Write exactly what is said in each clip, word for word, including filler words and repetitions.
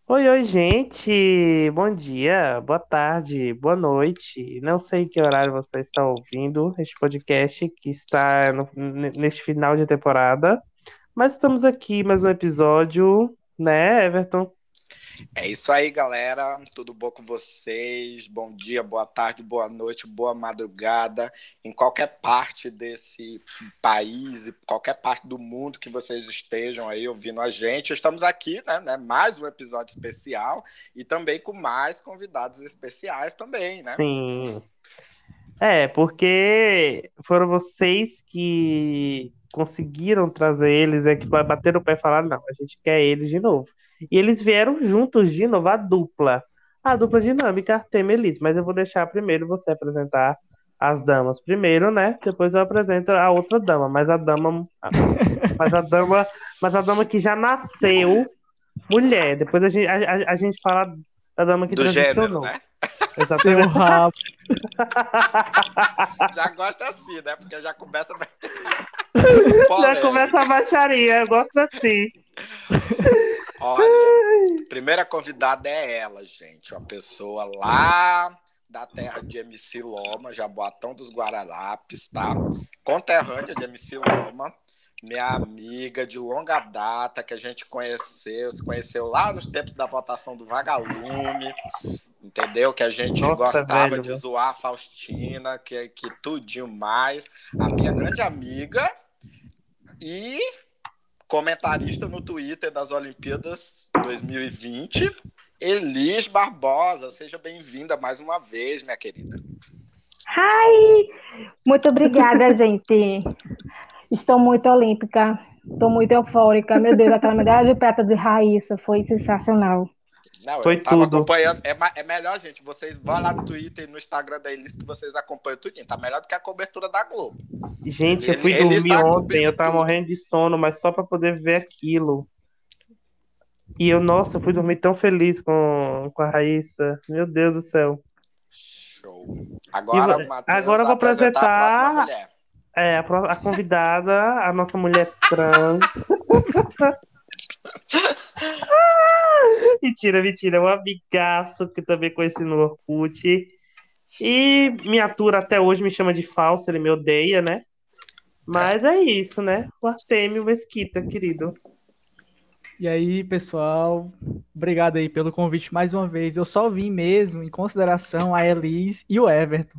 Oi, oi, gente! Bom dia, boa tarde, boa noite. Não sei em que horário você está ouvindo este podcast que está no- n- neste final de temporada, mas estamos aqui mais um episódio, né, Everton? É isso aí, galera. Tudo bom com vocês? Bom dia, boa tarde, boa noite, boa madrugada. Em qualquer parte desse país e qualquer parte do mundo que vocês estejam aí ouvindo a gente, estamos aqui, né? né, Mais um episódio especial e também com mais convidados especiais também, né? Sim. É, porque foram vocês que conseguiram trazer eles, é que bateram o pé e falaram, não, a gente quer eles de novo. E eles vieram juntos de novo, a dupla. A dupla dinâmica, Artemio e Elis. Mas eu vou deixar primeiro você apresentar as damas primeiro, né? Depois eu apresento a outra dama. Mas a dama, mas a dama, mas a dama que já nasceu mulher. Depois a gente, a, a- a gente fala da dama que Do gênero, transicionou. né? Seu Exatamente. rabo. Já gosta assim, né? Porque já começa Já começa polêmica. a baixaria, eu gosto assim. Olha, primeira convidada é ela, gente. Uma pessoa lá da terra de M C Loma, Jaboatão dos Guararapes, tá? Conterrânea de M C Loma. Minha amiga de longa data, que a gente conheceu, se conheceu lá nos tempos da votação do Vagalume, entendeu? Que a gente Nossa, gostava velho, de viu? zoar a Faustina, que, que tudinho mais. A minha grande amiga e comentarista no Twitter das Olimpíadas dois mil e vinte, Elis Barbosa. Seja bem-vinda mais uma vez, minha querida. Ai, muito obrigada, gente. Estou muito olímpica, estou muito eufórica. Meu Deus, aquela medalha de prata de Raíssa foi sensacional. Não, eu Foi tava tudo. acompanhando. É, é melhor, gente, vocês vão lá no Twitter e no Instagram da Elis que vocês acompanham tudinho. Tá melhor do que a cobertura da Globo. Gente, eu Ele, fui Elis dormir tá ontem, cobrindo eu tava tudo. morrendo de sono, mas só pra poder ver aquilo. E eu, nossa, eu fui dormir tão feliz com, com a Raíssa. Meu Deus do céu. Show. E vo- Agora o Matheus agora eu vai vou apresentar a próxima apresentar mulher. é, a, pro- a convidada, a nossa mulher trans. Mentira, mentira, é um amigaço que também conheci no Orkut. E me atura até hoje, me chama de falso, ele me odeia, né? Mas é isso, né? O Artemio Mesquita, querido. E aí, pessoal, obrigado aí pelo convite mais uma vez. Eu só vim mesmo em consideração a Elis e o Everton.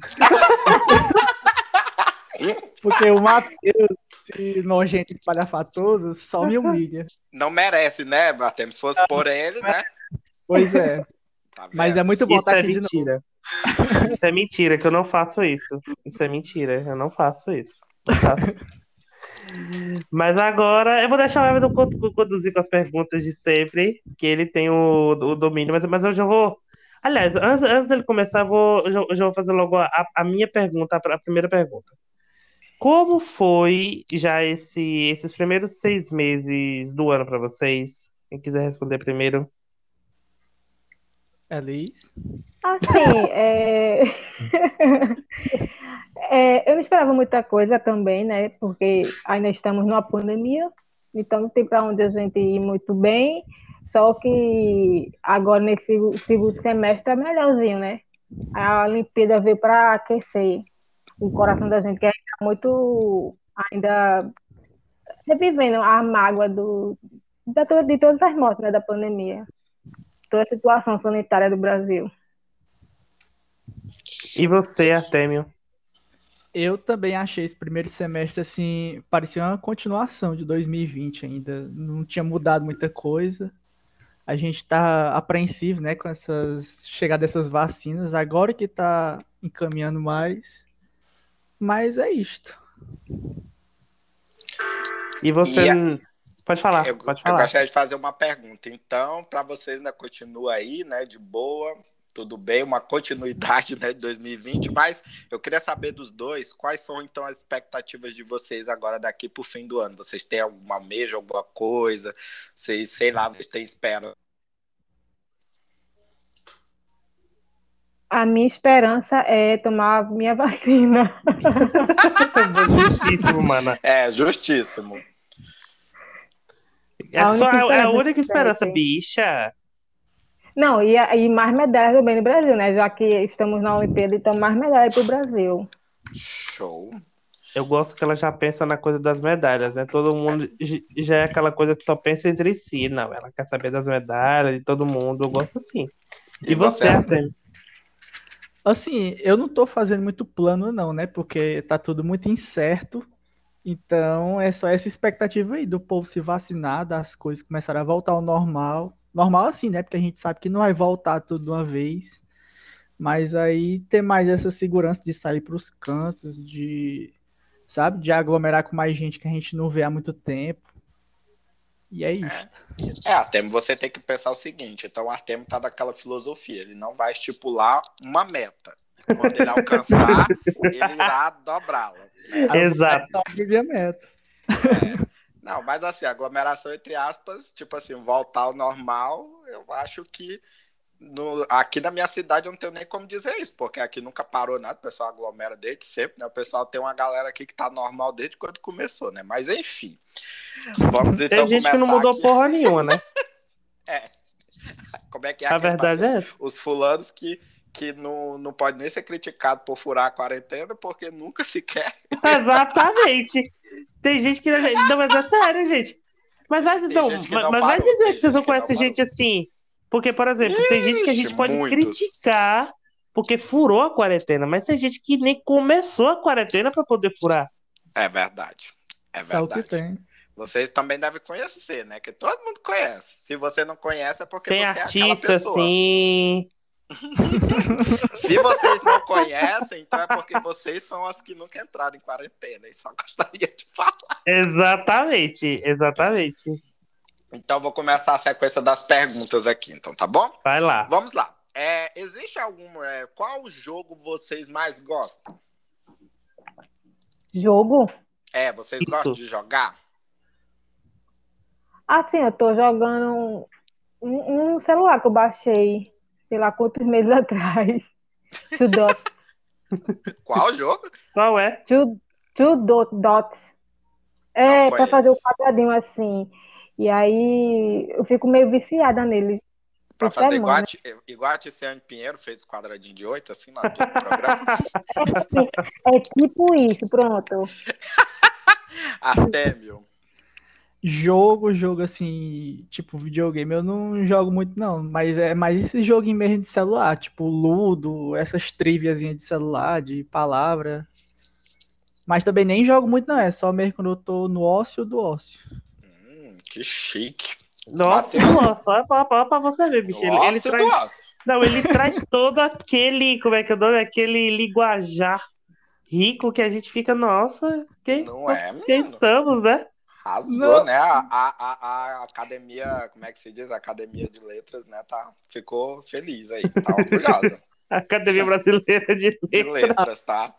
Porque o Matheus, esse nojento espalhafatoso, só me humilha. Não merece, né, Matheus? Se fosse por ele, né? Pois é. Tá vendo? Mas é muito bom Isso estar é aqui de novo. mentira. Isso é mentira, que eu não faço isso. Isso é mentira, eu não faço isso. Não faço isso. Mas agora eu vou deixar o Everton con- conduzir com as perguntas de sempre, que ele tem o, o domínio, mas, mas eu já vou. Aliás, antes, antes dele começar, eu, vou, eu, já, eu já vou fazer logo a, a minha pergunta, a, a primeira pergunta. Como foi já esse, esses primeiros seis meses do ano para vocês? Quem quiser responder primeiro. Elis? Assim, é... é, eu não esperava muita coisa também, né? Porque ainda estamos numa pandemia, então não tem para onde a gente ir muito bem. Só que agora nesse segundo semestre é melhorzinho, né? A Olimpíada veio para aquecer o coração da gente, que ainda está muito ainda revivendo a mágoa do, da, de todas as mortes, né, da pandemia, toda a situação sanitária do Brasil. E você, Artemio? Eu também achei esse primeiro semestre, assim, parecia uma continuação de dois mil e vinte ainda. Não tinha mudado muita coisa. A gente tá apreensivo, né, com essas chegada dessas vacinas, agora que tá encaminhando mais. Mas é isto. E você. E a- Pode falar, eu, pode eu falar. gostaria de fazer uma pergunta. Então, para vocês ainda continua aí, né, de boa, tudo bem, uma continuidade, né, de dois mil e vinte, mas eu queria saber dos dois, quais são então as expectativas de vocês agora daqui para o fim do ano? Vocês têm alguma meja, alguma coisa? Vocês, sei lá, vocês têm espera? A minha esperança é tomar a minha vacina. Justíssimo, mana. É, justíssimo. É A só única é a esperança única que esperança, tem. bicha. Não, e, e mais medalhas também no Brasil, né? Já que estamos na Olimpíada, então mais medalhas para o Brasil. Show. Eu gosto que ela já pensa na coisa das medalhas, né? Todo mundo j- já é aquela coisa que só pensa entre si. Não, ela quer saber das medalhas de todo mundo. Eu gosto assim. E E você, você, Arthur? Assim, eu não tô fazendo muito plano, não, né? Porque tá tudo muito incerto. Então, é só essa expectativa aí do povo se vacinar, das coisas começarem a voltar ao normal. Normal assim, né? Porque a gente sabe que não vai voltar tudo de uma vez. Mas aí ter mais essa segurança de sair para os cantos, de, sabe, de aglomerar com mais gente que a gente não vê há muito tempo. E é isto. É, Artemio, você tem que pensar o seguinte. Então, o Artemio tá daquela filosofia. Ele não vai estipular uma meta. Quando ele alcançar, ele irá dobrá-la. Né? Aí eu vou Exato. tentar cumprir a meta. É. Não, mas assim, aglomeração entre aspas, tipo assim, voltar ao normal, eu acho que no, aqui na minha cidade eu não tenho nem como dizer isso, porque aqui nunca parou nada, o pessoal aglomera desde sempre, né? O pessoal tem uma galera aqui que tá normal desde quando começou, né? Mas enfim, vamos então Tem gente começar que não mudou aqui. porra nenhuma, né? É. Como é que é A aquele verdade Matheus? é essa. Os fulanos que, que não, não pode nem ser criticado por furar a quarentena, porque nunca sequer. Exatamente. Tem gente que. Não, mas é sério, gente. Mas vai, Tem não, gente que mas não mas vai parou, dizer tem que vocês gente não que não conhecem parou. gente assim. Porque, por exemplo, tem gente que a gente Ixi, pode muitos. criticar porque furou a quarentena, mas tem gente que nem começou a quarentena pra poder furar. É verdade. É Só o que verdade. tem. Vocês também devem conhecer, né? Que todo mundo conhece. Se você não conhece, é porque Tem você é aquela artista, pessoa. assim. Se vocês não conhecem, então é porque vocês são as que nunca entraram em quarentena. E só gostaria de falar. Exatamente, exatamente. Então, vou começar a sequência das perguntas aqui, então, tá bom? Vai lá. Vamos lá. É, existe algum... É, qual jogo vocês mais gostam? Jogo? É, vocês Isso. gostam de jogar? Assim, eu tô jogando um, um celular que eu baixei, sei lá quantos meses atrás. Two Dots. Qual jogo? Qual é? Two, two dot, Dots. Não É, pra fazer o conheço. quadradinho assim. E aí eu fico meio viciada nele. Pra Por fazer igual a, semana. Ti- igual a Tiziane Pinheiro fez o quadradinho de oito, assim, lá do programa. É tipo isso, pronto. Artemio. Jogo, jogo assim, tipo videogame, eu não jogo muito não, mas é mais esse joguinho mesmo de celular, tipo Ludo, essas triviazinhas de celular, de palavra. Mas também nem jogo muito não, é só mesmo quando eu tô no ócio do ócio. Hum, que chique. Nossa, Matheus. nossa, olha pra, olha pra você ver, bicho. Ele, ele Ócio traz. do ócio. Não, ele traz todo aquele. Como é que é o nome? Aquele linguajar rico que a gente fica, nossa, quem, Não é, quem menino? estamos, né? Arrasou, Não. né? A, a, a, a academia, como é que se diz? A academia de letras, né? Tá, ficou feliz aí, tá orgulhosa Academia Brasileira de de Letras. letras, tá?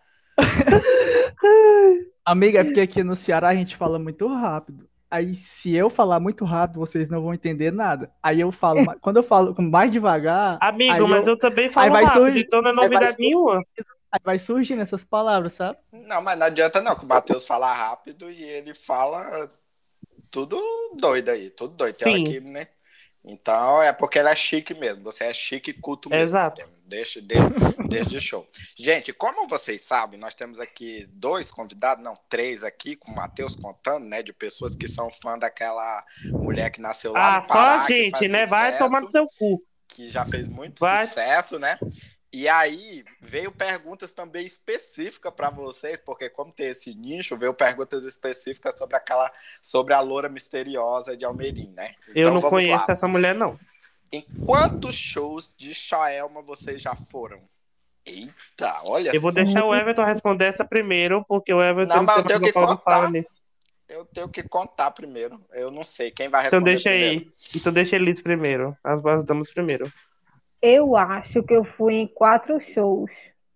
Amiga, é porque aqui no Ceará a gente fala muito rápido. Aí se eu falar muito rápido, vocês não vão entender nada. Aí eu falo, ma- quando eu falo mais devagar, Amigo, aí mas eu, eu também aí falo vai rápido, surgir, então não é aí vai novidade surgir, nenhuma. aí vai surgindo essas palavras, sabe? Não, mas não adianta não, que o Matheus fala rápido e ele fala tudo doido aí, tudo doido. Tem hora Sim. que, né? Então é porque ele é chique mesmo. Você é chique e culto mesmo. Exato. Artemio. Deixa, deixa, deixa de show. Gente, como vocês sabem, nós temos aqui dois convidados, não, três aqui, com o Matheus contando, né? De pessoas que são fã daquela mulher que nasceu lá Ah, no só Pará, a que gente, faz né? Vai sucesso, tomar no seu cu. que já fez muito Vai. sucesso, né? E aí veio perguntas também específicas para vocês, porque como tem esse nicho, veio perguntas específicas sobre aquela, sobre a loura misteriosa de Almeirim, né? Eu Então não vamos conheço lá. essa mulher, não. Em quantos shows de Joelma vocês já foram? Eita, olha Eu vou só. deixar o Everton responder essa primeiro, porque o Everton Não, mas eu tem tenho mais que uma fala contar. nisso. Eu tenho que contar primeiro. Eu não sei quem vai Então responder deixa primeiro. aí. Então deixa eles primeiro. As bases damos primeiro. Eu acho que eu fui em quatro shows.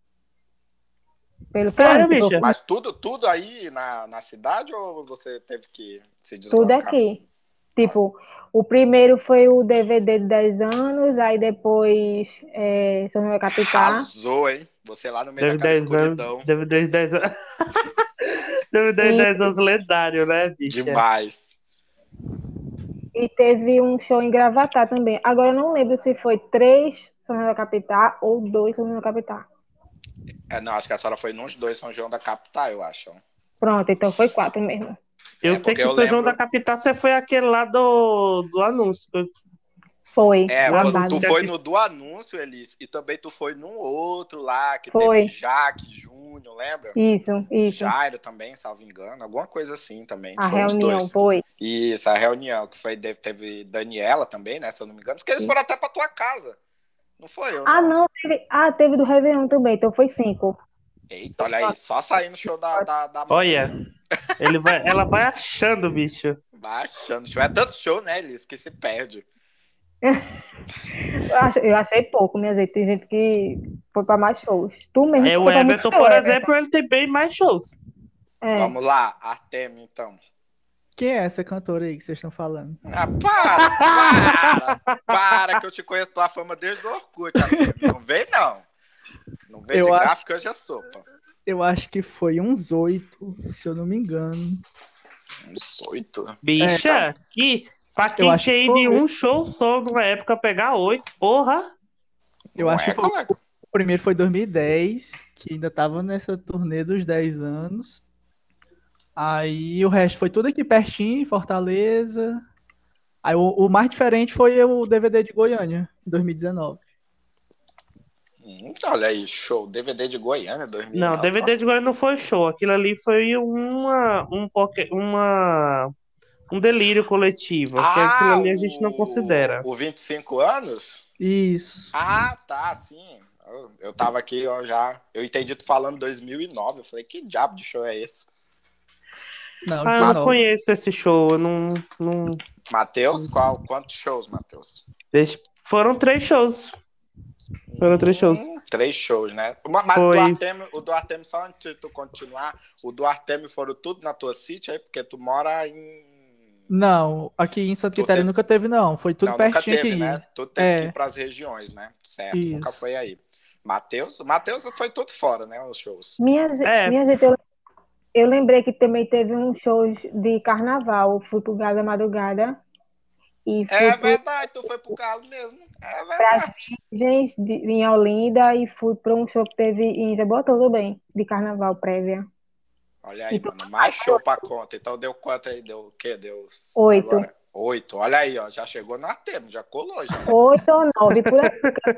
Pelo Sério, plano, tipo, eu bicha? fui Mas tudo, tudo aí na, na cidade ou você teve que se tudo deslocar? aqui. Tipo, o primeiro foi o D V D de dez anos, aí depois é, São João da Capital. Arrasou, hein? Você lá no meio Deve daquela dez escuridão. anos. Deve dez, dez anos. Deve dez, E- dez anos lendário, né, bicha? Demais. E teve um show em Gravatá também. Agora eu não lembro se foi três São João da Capital ou dois São João da Capital. É, não, acho que a senhora foi nos dois São João da capital, eu acho. Pronto, então foi quatro mesmo. Eu É, sei porque que o eu São João lembro- da Capital você foi aquele lá do, do anúncio. Foi. É, Do tu- anúncio tu que foi aqui- no do anúncio, Elis, e também tu foi num outro lá, que Foi. teve Jaque, Júnior, lembra? Isso, isso. Jairo também, salvo engano, alguma coisa assim também. A Foi os reunião dois. foi. Isso, a reunião, que foi, teve Daniela também, né, se eu não me engano, porque eles Isso. foram até pra tua casa. Não foi eu, Ah, não. não, teve. Ah, teve do Réveillon também, então foi cinco. Eita, olha aí, só sair no show da, da, da Olha, Madeira. ele vai, ela vai achando, bicho. Vai achando show. É tanto show, né, Elis, que se perde. Eu ach- eu achei pouco, minha gente. Tem gente que foi pra mais shows. Tu mesmo É, que o foi pra muito Everton, show, por Everton. exemplo, ele tem bem mais shows. É. Vamos lá, Artemio, então. Quem é essa cantora aí que vocês estão falando? Ah, para, para, para, que eu te conheço tua fama desde o Orkut, Artemio. Não vem, não. Não vem Eu de acho- garfo que hoje é sopa. Eu acho que foi uns oito, se eu não me engano. Uns oito? Bicha, que pra quem acho tinha que ido em foi. um show só numa época pegar oito, porra. Eu Não acho é, que foi- colega? O primeiro foi dois mil e dez, que ainda tava nessa turnê dos dez anos. Aí o resto foi tudo aqui pertinho, em Fortaleza. Aí o, o mais diferente foi o D V D de Goiânia, em dois mil e dezenove. Hum, olha aí, show. D V D de Goiânia, dois mil e nove. Não, D V D de Goiânia não foi show. Aquilo ali foi uma, um, poque- uma, um delírio coletivo. que Ah, aquilo ali a gente não o- considera. O vinte e cinco anos? Isso. Ah, tá, sim. Eu, eu tava aqui, ó, já. Eu entendi tu falando dois mil e nove. Eu falei, que diabo de show é esse? Não, Ah, eu não dezenove. conheço esse show. Eu não, não... Matheus, qual, quantos shows, Matheus? Deixa- Foram três shows. Foram três shows. Hum, três shows, né? Mas mas Foi. o do Artemio, o do Artemio, só antes de tu continuar, o do Artemio foram tudo na tua city aí, porque tu mora em. Não, aqui em Santa Tu Quitéria teve- nunca teve, não. Foi tudo Não, nunca pertinho teve, aqui. né? Tu teve É. que ir pras regiões, né? Certo, Isso. nunca foi aí. Matheus, Matheus foi tudo fora, né? Os shows. Minha, ge- É. minha gente, eu, eu lembrei que também teve um show de carnaval. Eu fui pro Galo da Madrugada e fui É pro verdade, tu foi pro Galo mesmo. É pra verdade. Virgens de, em Olinda e fui pra um show que teve em Jaboatão também, de carnaval prévia. Olha aí, mano, mais show pra conta. Então deu quanto aí? Deu o quê? Deu Oito. agora? Oito. Olha aí, ó, já chegou no Artemio, já colou já. Oito ou nove, por aí.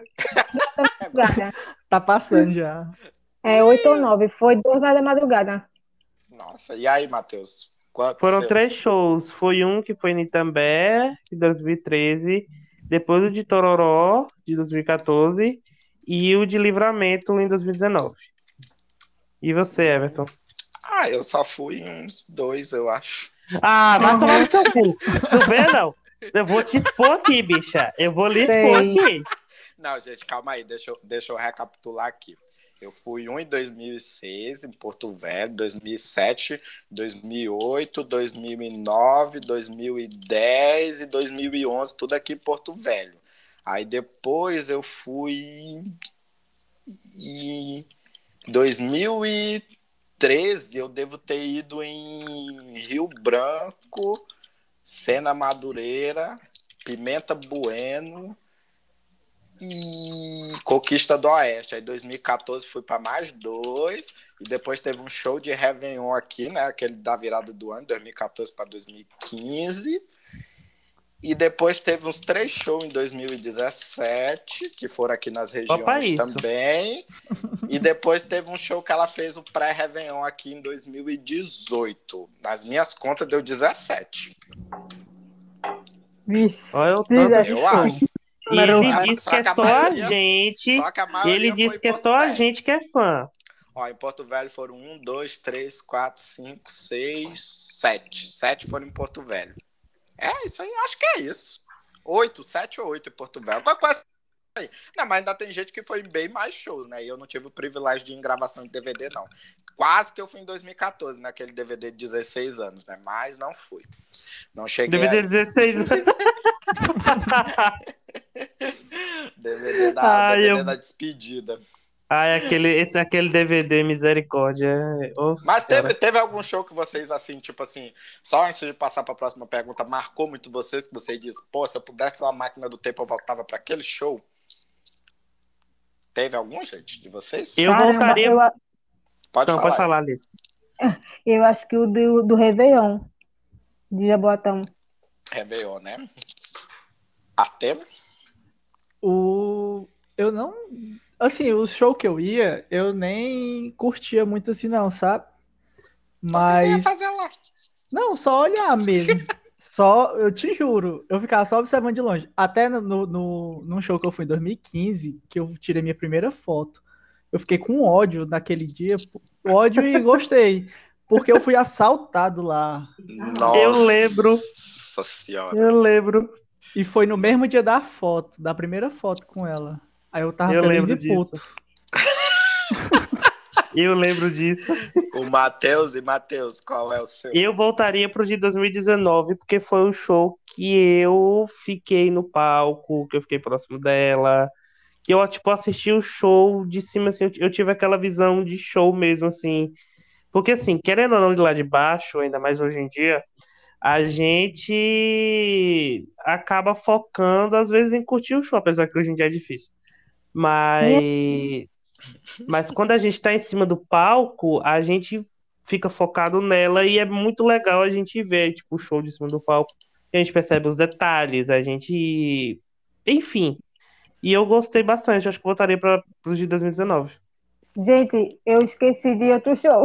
Madrugada. Tá passando já. É, oito ou nove. Foi duas horas da madrugada. Nossa, e aí, Matheus? Quantos Foram seus? três shows. Foi um que foi em Itambé, em dois mil e treze. Depois o de Tororó, de dois mil e quatorze. E o de Livramento, em dois mil e dezenove. E você, Everton? Ah, eu só fui em uns dois, eu acho. Ah, vai tomar no seu cu. Tu vê, não? Eu vou te expor aqui, bicha. Eu vou lhe expor Sei. aqui. Não, gente, calma aí, deixa eu, deixa eu recapitular aqui. Eu fui um em dois mil e seis, em Porto Velho, dois mil e sete, dois mil e oito, dois mil e nove, dois mil e dez e dois mil e onze, tudo aqui em Porto Velho. Aí depois eu fui em dois mil e treze, eu devo ter ido em Rio Branco, Sena Madureira, Pimenta Bueno e Conquista do Oeste. Aí em dois mil e quatorze fui para mais dois e depois teve um show de Réveillon aqui, né? Aquele da virada do ano, dois mil e quatorze para dois mil e quinze. E depois teve uns três shows em dois mil e dezessete, que foram aqui nas regiões Opa, isso. também. E depois teve um show que ela fez o pré-Réveillon aqui em dois mil e dezoito. Nas minhas contas deu dezessete. Vixe. Olha o tanto de Eu show. acho. E ele Ah, disse só que é que a só a maioria- gente. Só que a maioria Ele foi disse em que é Porto só a Velho. gente que é fã. Ó, em Porto Velho foram um, dois, três, quatro, cinco, seis, sete. Sete foram em Porto Velho. É, isso aí, acho que é isso. Oito, sete ou oito em Porto Velho. Alguma coisa aí. Não, mas ainda tem gente que foi em bem mais shows, né? E eu não tive o privilégio de ir em gravação de D V D, não. Quase que eu fui em dois mil e quatorze, naquele D V D de dezesseis anos, né? Mas não fui. Não cheguei D V D aí. dezesseis. D V D da, Ai, D V D eu- da despedida. Ai, aquele, esse, aquele D V D Misericórdia. é- Ô, Mas teve, senhora. teve algum show que vocês, assim, tipo assim, só antes de passar para a próxima pergunta, marcou muito vocês, que você diz, pô, se eu pudesse ter uma máquina do tempo, eu voltava para aquele show? Teve algum, gente, de vocês? Eu Caramba, voltaria. eu, a- Pode Não, pode falar aí. falar, Alice. eu acho que o do, do Réveillon, de Jaboatão. Réveillon, né? Até? O... Eu não. Assim, o show que eu ia, eu nem curtia muito assim, não, sabe? Então o que que eu ia Mas. fazer lá? Não, só olhar mesmo. Só, eu te juro, eu ficava só observando de longe. Até no, no, no, num show que eu fui em dois mil e quinze, que eu tirei minha primeira foto. Eu fiquei com ódio naquele dia. pô, Ódio e gostei. Porque eu fui assaltado lá. Eu lembro. Nossa senhora. Eu lembro. E foi no mesmo dia da foto, da primeira foto com ela. Aí eu tava Eu feliz lembro e disso. puto. Eu lembro disso. O Matheus e Matheus, qual é o seu? Eu voltaria pro de dois mil e dezenove, porque foi o show que eu fiquei no palco, que eu fiquei próximo dela, que eu, tipo, assisti o show de cima, assim, eu, eu tive aquela visão de show mesmo, assim. Porque, assim, querendo ou não, de lá de baixo, ainda mais hoje em dia, a gente acaba focando, às vezes, em curtir o show, apesar que hoje em dia é difícil. Minha, Mas, mas quando a gente tá em cima do palco, a gente fica focado nela e é muito legal a gente ver, tipo, o show de cima do palco. A gente percebe os detalhes, a gente. Enfim. E eu gostei bastante, acho que voltaria para os de dois mil e dezenove. gente, eu esqueci de outro show.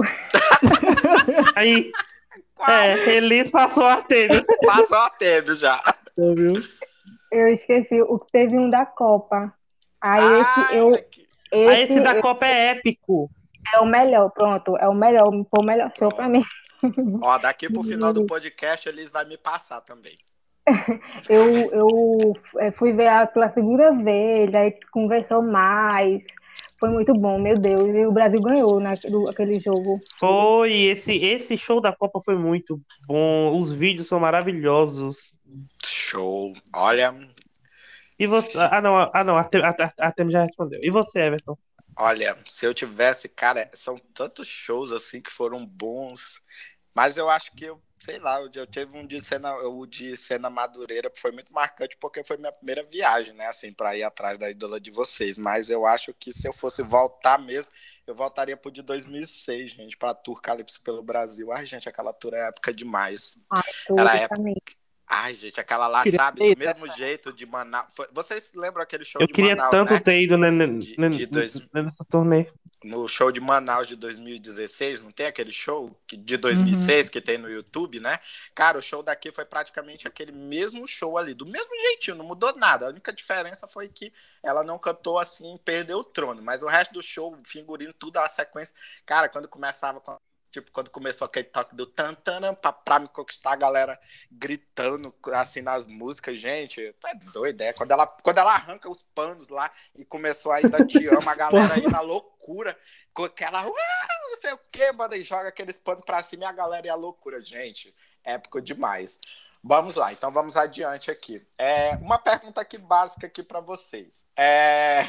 Aí, Qual? é, Elis passou a Artemio. Passou a tempo já. Viu? Eu esqueci o que teve um da Copa. Aí esse, eu, Ai, que- Aí esse esse da eu- Copa é épico. é o melhor, pronto. É o melhor, foi o melhor show pra mim. Ó, daqui pro final do podcast, eles vai me passar também. Eu, eu é, fui ver a- pela segunda vez, aí conversou mais. Foi muito bom, meu Deus. E o Brasil ganhou naquele jogo. Foi, esse, esse show da Copa foi muito bom. Os vídeos são maravilhosos. Show. Olha, E você. Ah, não, ah, não, a Artem a, a, a Artemio já respondeu. E você, Everton? olha, se eu tivesse, cara, são tantos shows assim que foram bons, mas eu acho que eu, sei lá, eu, eu tive um de cena, o de cena Madureira foi muito marcante porque foi minha primeira viagem, né, assim, para ir atrás da ídola de vocês. Mas eu acho que se eu fosse voltar mesmo, eu voltaria pro de dois mil e seis, gente, para Tour Calypso pelo Brasil. Ai, gente, aquela tour é época demais. Ai, tudo Era época. também. Ai, gente, aquela lá, Queria sabe, ter do mesmo essa- jeito de Manaus. Foi- Vocês lembram aquele show Eu de queria Manaus, tanto né? ter ido né, né, De- né, de dois- né, nessa turnê. No show de Manaus de dois mil e dezesseis, não tem aquele show que- de dois mil e seis que tem no YouTube, né? Cara, o show daqui foi praticamente aquele mesmo show ali, do mesmo jeitinho, não mudou nada. A única diferença foi que ela não cantou assim, perdeu o trono. Mas o resto do show, figurino, tudo, a sequência. Cara, quando começava com. Tipo, quando começou aquele toque do tantana pra, pra me conquistar, a galera gritando assim nas músicas, gente, tu é doido, é? Quando ela, quando ela arranca os panos lá e começou ainda Te Amo, a galera aí na loucura, com aquela, "Uau", não sei o que, mano, e joga aqueles panos pra cima e a galera ia à loucura, gente, épico demais. Vamos lá, então vamos adiante aqui. É, uma pergunta aqui básica aqui pra vocês. É,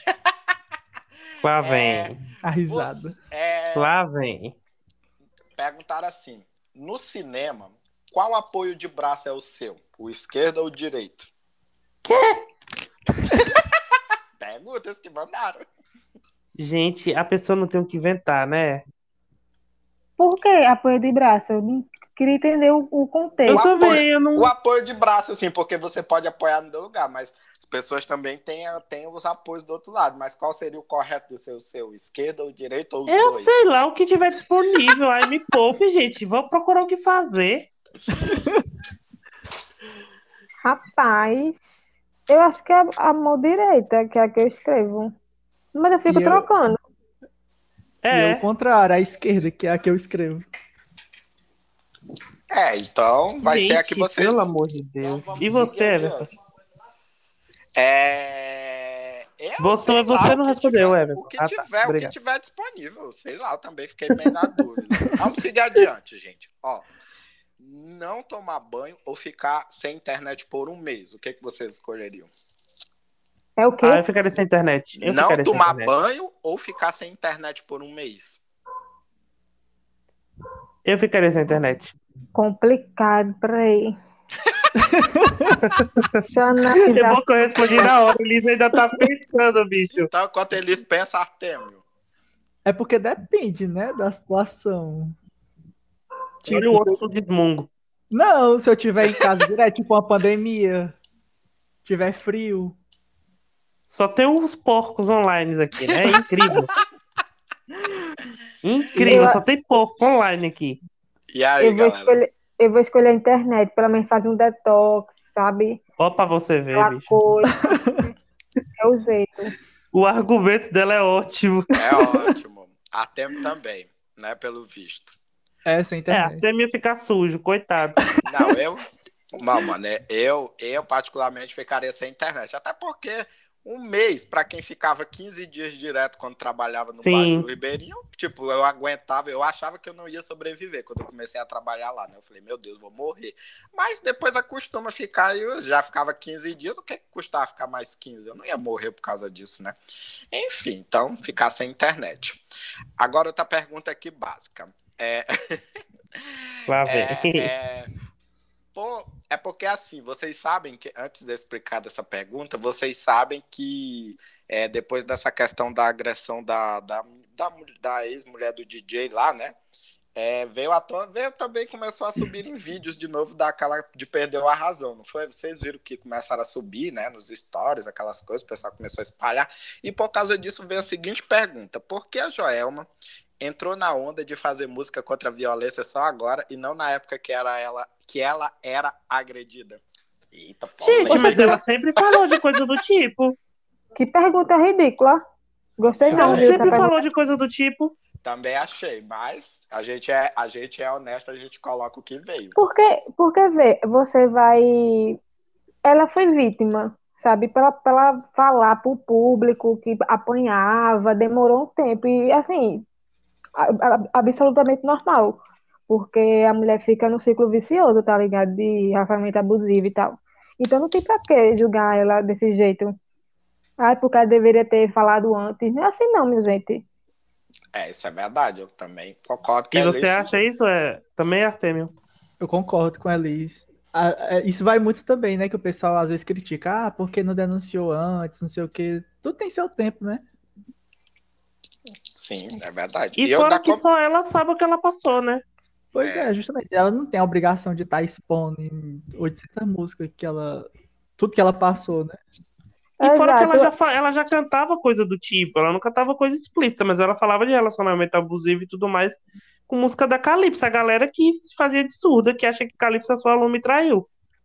Lá é, vem. A risada. você- é, Lá vem. perguntaram assim: no cinema, qual apoio de braço é o seu? O esquerdo ou o direito? Quê? Perguntas que mandaram. Gente, a pessoa não tem o que inventar, né? Por que apoio de braço? Eu não queria entender o, o Eu contexto. O também, apoio- eu não. O apoio de braço, assim, porque você pode apoiar no teu lugar, mas as pessoas também têm, têm os apoios do outro lado. Mas qual seria o correto do seu, seu esquerdo ou direito ou os Eu dois? sei lá o que tiver disponível. Aí me poupe, gente. Vou procurar o que fazer. Rapaz, eu acho que é a mão direita, que é a que eu escrevo. Mas eu fico E eu- trocando. E é É. o contrário, a esquerda, que é a que eu escrevo. É, então vai gente, ser a que vocês. pelo amor de Então Deus. vamos E você, seguir Everton? adiante. É... eu Você- sei lá, você o não que respondeu, tiver, Everton. O que Ah, tá. tiver, o que Obrigado. tiver disponível, sei lá, eu também fiquei meio na dúvida. Vamos seguir adiante, gente. Ó, não tomar banho ou ficar sem internet por um mês. O que, que vocês escolheriam? É o quê? Ah, eu ficaria sem internet. Eu Não ficaria sem tomar internet. banho ou ficar sem internet por um mês? Eu ficaria sem Tomar internet. banho ou ficar sem internet por um mês? Eu ficaria sem internet. Complicado, peraí. Deixa eu É analisar. bom que eu respondi na hora. Eles ainda tá pensando, bicho. Então, enquanto eles pensam, Artêmio. É porque depende, né, da situação. Olha Tipo, o se eu- outro desmungo. não, se eu tiver em casa direto, tipo uma pandemia, tiver frio. Só tem os porcos online aqui, né? É incrível. Eu, Incrível, só tem porco online aqui. E aí, eu vou galera? escolher, eu vou escolher a internet, pelo menos fazer um detox, sabe? Ó pra você ver, Aquela bicho. coisa. É o jeito. O argumento dela é ótimo. É ótimo. Artêmio também, né? Pelo visto. É, sem É, internet. até ia ficar sujo, coitado. Não, eu. Não, mano, é- eu, eu particularmente ficaria sem internet. Até porque um mês, pra quem ficava quinze dias direto quando trabalhava no Baixo Sim. do Ribeirinho, tipo, eu aguentava, eu achava que eu não ia sobreviver quando eu comecei a trabalhar lá, né? Eu falei, meu Deus, vou morrer. Mas depois acostuma ficar, eu já ficava quinze dias, o que que custava ficar mais quinze? Eu não ia morrer por causa disso, né? Enfim, então, ficar sem internet. Agora, outra pergunta aqui básica. É. Lá vem. É, é, pô, é porque assim, vocês sabem que, antes de eu explicar dessa pergunta, vocês sabem que é, depois dessa questão da agressão da, da, da, da ex-mulher do D J lá, né? É, veio à tona, veio também, começou a subir em vídeos de novo daquela de Perdeu a Razão, não foi? Vocês viram que começaram a subir, né, nos stories, aquelas coisas, o pessoal começou a espalhar, e por causa disso veio a seguinte pergunta: por que a Joelma entrou na onda de fazer música contra a violência só agora e não na época que, era ela, que ela era agredida? Eita, Gente, polêmica. mas ela sempre falou de coisa do tipo. Que pergunta ridícula. Gostei não, Ela viu? Essa sempre pergunta. falou de coisa do tipo. Também achei, mas a gente é, a gente é honesto, a gente coloca o que veio. Porque, porque vê, você vai. Ela foi vítima, sabe? Pra, pra ela falar pro público que apanhava, demorou um tempo. E assim, a- a- absolutamente normal. Porque a mulher fica no ciclo vicioso, tá ligado? De relacionamento abusivo e tal. Então não tem pra que julgar ela desse jeito. Ah, porque ela deveria ter falado antes. Não é assim não, minha gente. É, isso é verdade, eu também concordo que E é você isso. acha isso? É também, Artêmio? Eu concordo com a Liz. Ah, é, isso vai muito também, né? Que o pessoal às vezes critica. Ah, porque não denunciou antes, não sei o quê. Tudo tem seu tempo, né? Sim, é verdade. E E eu fora da que com- só ela sabe o que ela passou, né? Pois É. é, justamente. Ela não tem a obrigação de estar expondo em oitocentas músicas que ela. Tudo que ela passou, né? E fora que ela Exato. já, fa- ela já cantava coisa do tipo, ela não cantava coisa explícita, mas ela falava de relacionamento abusivo e tudo mais com música da Calypso, a galera que se fazia de surda, que acha que Calypso, a sua aluna, me traiu.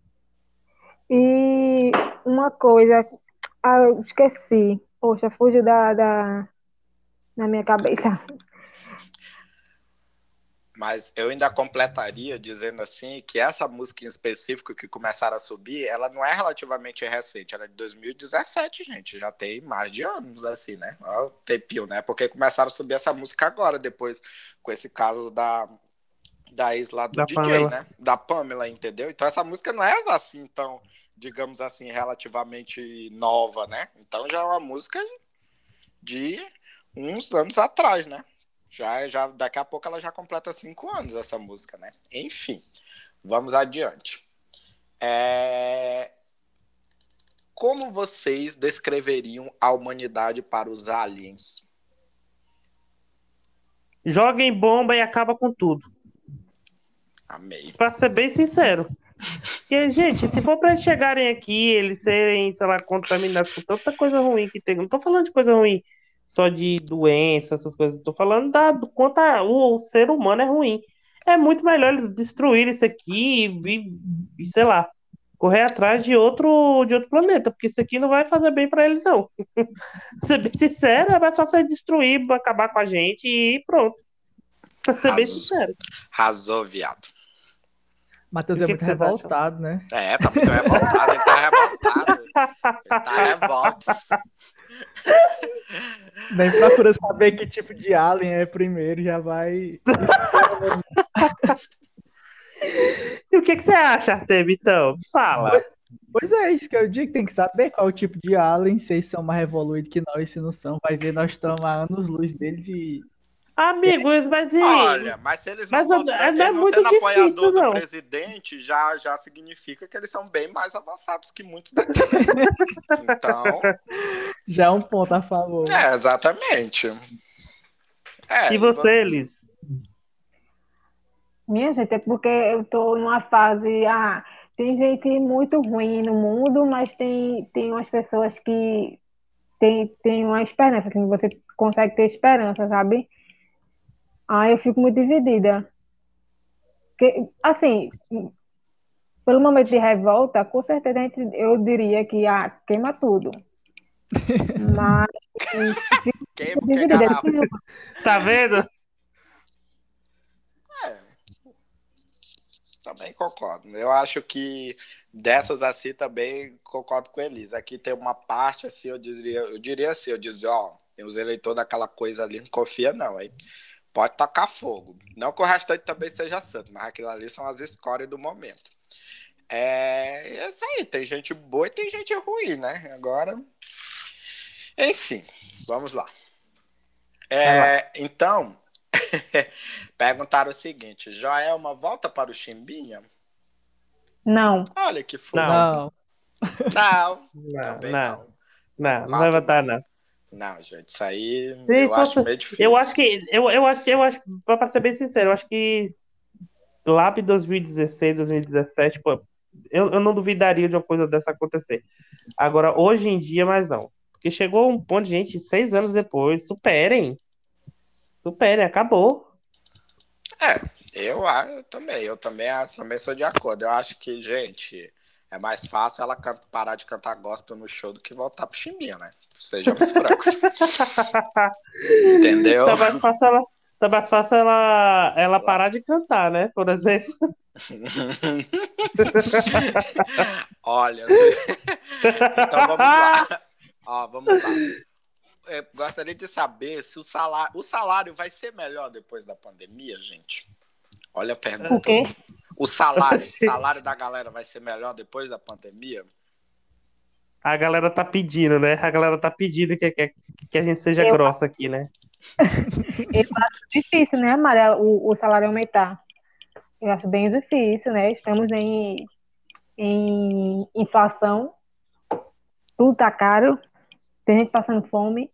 E uma coisa, ah, eu esqueci. Poxa, fugiu da, da, na minha cabeça. Mas eu ainda completaria dizendo assim que essa música em específico que começaram a subir, ela não é relativamente recente, ela é de dois mil e dezessete, gente, já tem mais de anos assim, né? Olha o tempinho, né? Porque começaram a subir essa música agora, depois com esse caso da, da ex lá do Da D J, Pamela. né? Da Pamela, entendeu? Então essa música não é assim tão, digamos assim, relativamente nova, né? Então já é uma música de uns anos atrás, né? Já, já, daqui a pouco ela já completa cinco anos, essa música, né? Enfim, vamos adiante. É... Como vocês descreveriam a humanidade para os aliens? Joguem bomba e acaba com tudo. Amei. Pra ser bem sincero. Porque, gente, se for pra eles chegarem aqui, eles serem, sei lá, contaminados com tanta coisa ruim que tem. Não tô falando de coisa ruim só de doença, essas coisas. Tô falando da, do quanto a- o, o ser humano é ruim. É muito melhor eles destruírem isso aqui e, e, sei lá, correr atrás de outro, de outro planeta, porque isso aqui não vai fazer bem pra eles, não. Ser bem sincero, é mais fácil destruir, acabar com a gente e pronto. Pra ser bem Arrasou. sincero. Arrasou, viado. Matheus E o é que muito que vocês acham? revoltado, né? É, tá muito revoltado, ele tá revoltado. Ele tá revoltos. Nem procura saber que tipo de alien é primeiro, já vai. E o que, que você acha, Artemio, então? Fala. Pois é, isso que eu digo, tem que saber qual é o tipo de alien, se eles são mais evoluídos que nós, se não são. Vai ver, nós estamos a anos-luz deles e. Amigos, mas e. Olha, mas se eles não Mas não votar, é eles não muito sendo difícil, apoiador do não. presidente, já, já significa que eles são bem mais avançados que muitos daqui, né? Então, Já é um ponto a favor. é, exatamente. É, E e vo- você, Elis? Minha gente, é porque eu estou numa fase. Ah, tem gente muito ruim no mundo, mas tem, tem umas pessoas que tem, tem uma esperança, que você consegue ter esperança, sabe? Ah, eu fico muito dividida. Que, assim, pelo momento de revolta, com certeza a gente, eu diria que ah, queima tudo. Mas queima fico o que é dividida. garapa. Tá vendo? É, também concordo. Eu acho que dessas assim também concordo com eles. Aqui tem uma parte assim, eu diria, eu diria assim, eu dizia, ó, tem os eleitores daquela coisa ali, não confia não, hein? Pode tocar fogo. Não que o restante também seja santo, mas aquilo ali são as escórias do momento. É, é isso aí, tem gente boa e tem gente ruim, né? Agora, enfim, vamos lá. Vai lá. É, então, perguntaram o seguinte: Joelma, volta para o Chimbinha? Não, Olha que fofo. Não. Não, Não. Não, também não, não. não, Não não vai voto, votar, não. não. Não, gente, isso aí Se eu acho fosse, meio eu acho difícil. que, eu, eu acho, eu acho, pra ser bem sincero, eu acho que lá em dois mil e dezesseis, dois mil e dezessete, pô, eu, eu não duvidaria de uma coisa dessa acontecer. Agora, hoje em dia, mais não. Porque chegou um ponto de gente, seis anos depois, superem, superem, acabou. É, eu, a- eu também, eu também, acho- também sou de acordo. Eu acho que, gente, é mais fácil ela can- parar de cantar gospel no show do que voltar pro Chimbinha, né? Sejamos francos. Entendeu? Tá mais fácil ela, tá mais fácil ela, ela parar de cantar, né? Por exemplo. Olha, então vamos lá. Ó, vamos lá. Eu gostaria de saber se o salário, o salário vai ser melhor depois da pandemia, gente. Olha a o pergunta. quê? O salário, o Gente, salário da galera vai ser melhor depois da pandemia? a galera tá pedindo, né? A galera tá pedindo que, que, que a gente seja Eu, grossa aqui, né? eu acho difícil, né, Maria, o, o salário aumentar. Eu acho bem difícil, né? Estamos em, em inflação, tudo tá caro, tem gente passando fome,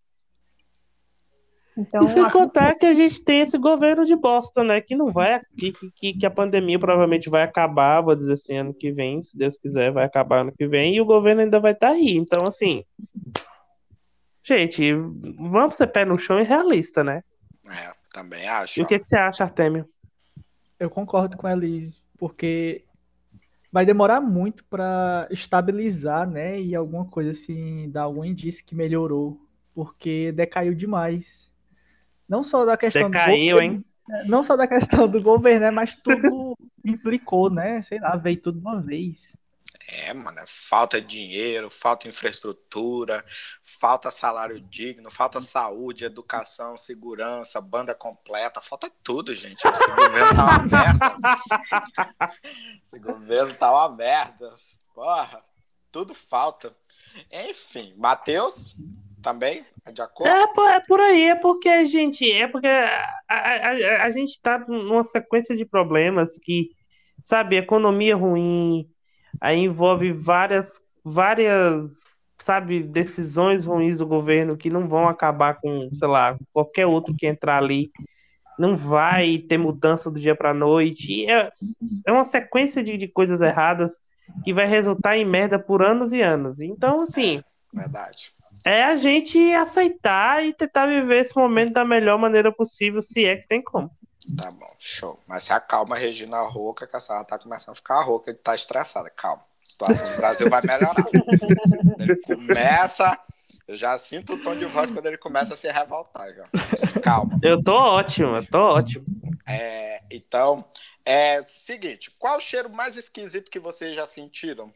E então sem acho contar que a gente tem esse governo de bosta, né? Que não vai. Que, que, que a pandemia provavelmente vai acabar, vou dizer assim, ano que vem, se Deus quiser, vai acabar ano que vem, e o governo ainda vai estar aí. Então, assim, gente, vamos ser pé no chão e realista, né? É, também E acho. o Ó. que, que você acha, Artemio? Eu concordo com a Elise, porque vai demorar muito para estabilizar, né? E alguma coisa assim, dar algum indício que melhorou, porque decaiu demais. Não só da questão do Decaiu, hein? governo, né, não só da questão do governo, né? Mas tudo implicou, né? Sei lá, veio tudo de uma vez. É, mano, é falta de dinheiro, falta infraestrutura, falta salário digno, falta saúde, educação, segurança, banda completa, falta tudo, gente. Esse governo tá uma merda. Esse governo tá uma merda. Porra, tudo falta. Enfim, Matheus, também, é de acordo? É, po- é por aí, é porque a gente, é porque a, a, a, a gente tá numa sequência de problemas que, sabe, economia ruim, aí envolve várias, várias, sabe, decisões ruins do governo que não vão acabar com, sei lá, qualquer outro que entrar ali, não vai ter mudança do dia para noite, e é, é uma sequência de, de coisas erradas que vai resultar em merda por anos e anos. Então, É, assim. verdade. É a gente aceitar e tentar viver esse momento da melhor maneira possível, se é que tem como. Tá bom, show. Mas se acalma, Regina Rouca, que a senhora tá começando a ficar rouca e tá estressada. Calma. A situação do Brasil vai melhorar. Ele começa. Eu já sinto o tom de voz quando ele começa a se revoltar. Já. Calma. Eu tô ótimo, eu tô ótimo. É, então, é seguinte: qual o cheiro mais esquisito que vocês já sentiram?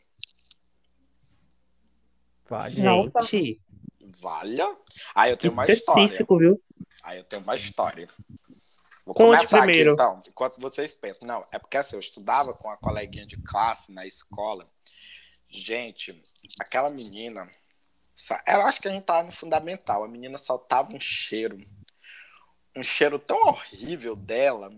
Vale. Nossa, Gente, Valha. Aí eu que tenho uma história. específico, viu? Aí eu tenho uma história. Vou Conte começar aqui primeiro. então, enquanto vocês pensam. Não, é porque assim, eu estudava com uma coleguinha de classe na escola. Gente, aquela menina, sa- eu acho que a gente tava no fundamental, a menina soltava um cheiro, um cheiro tão horrível dela,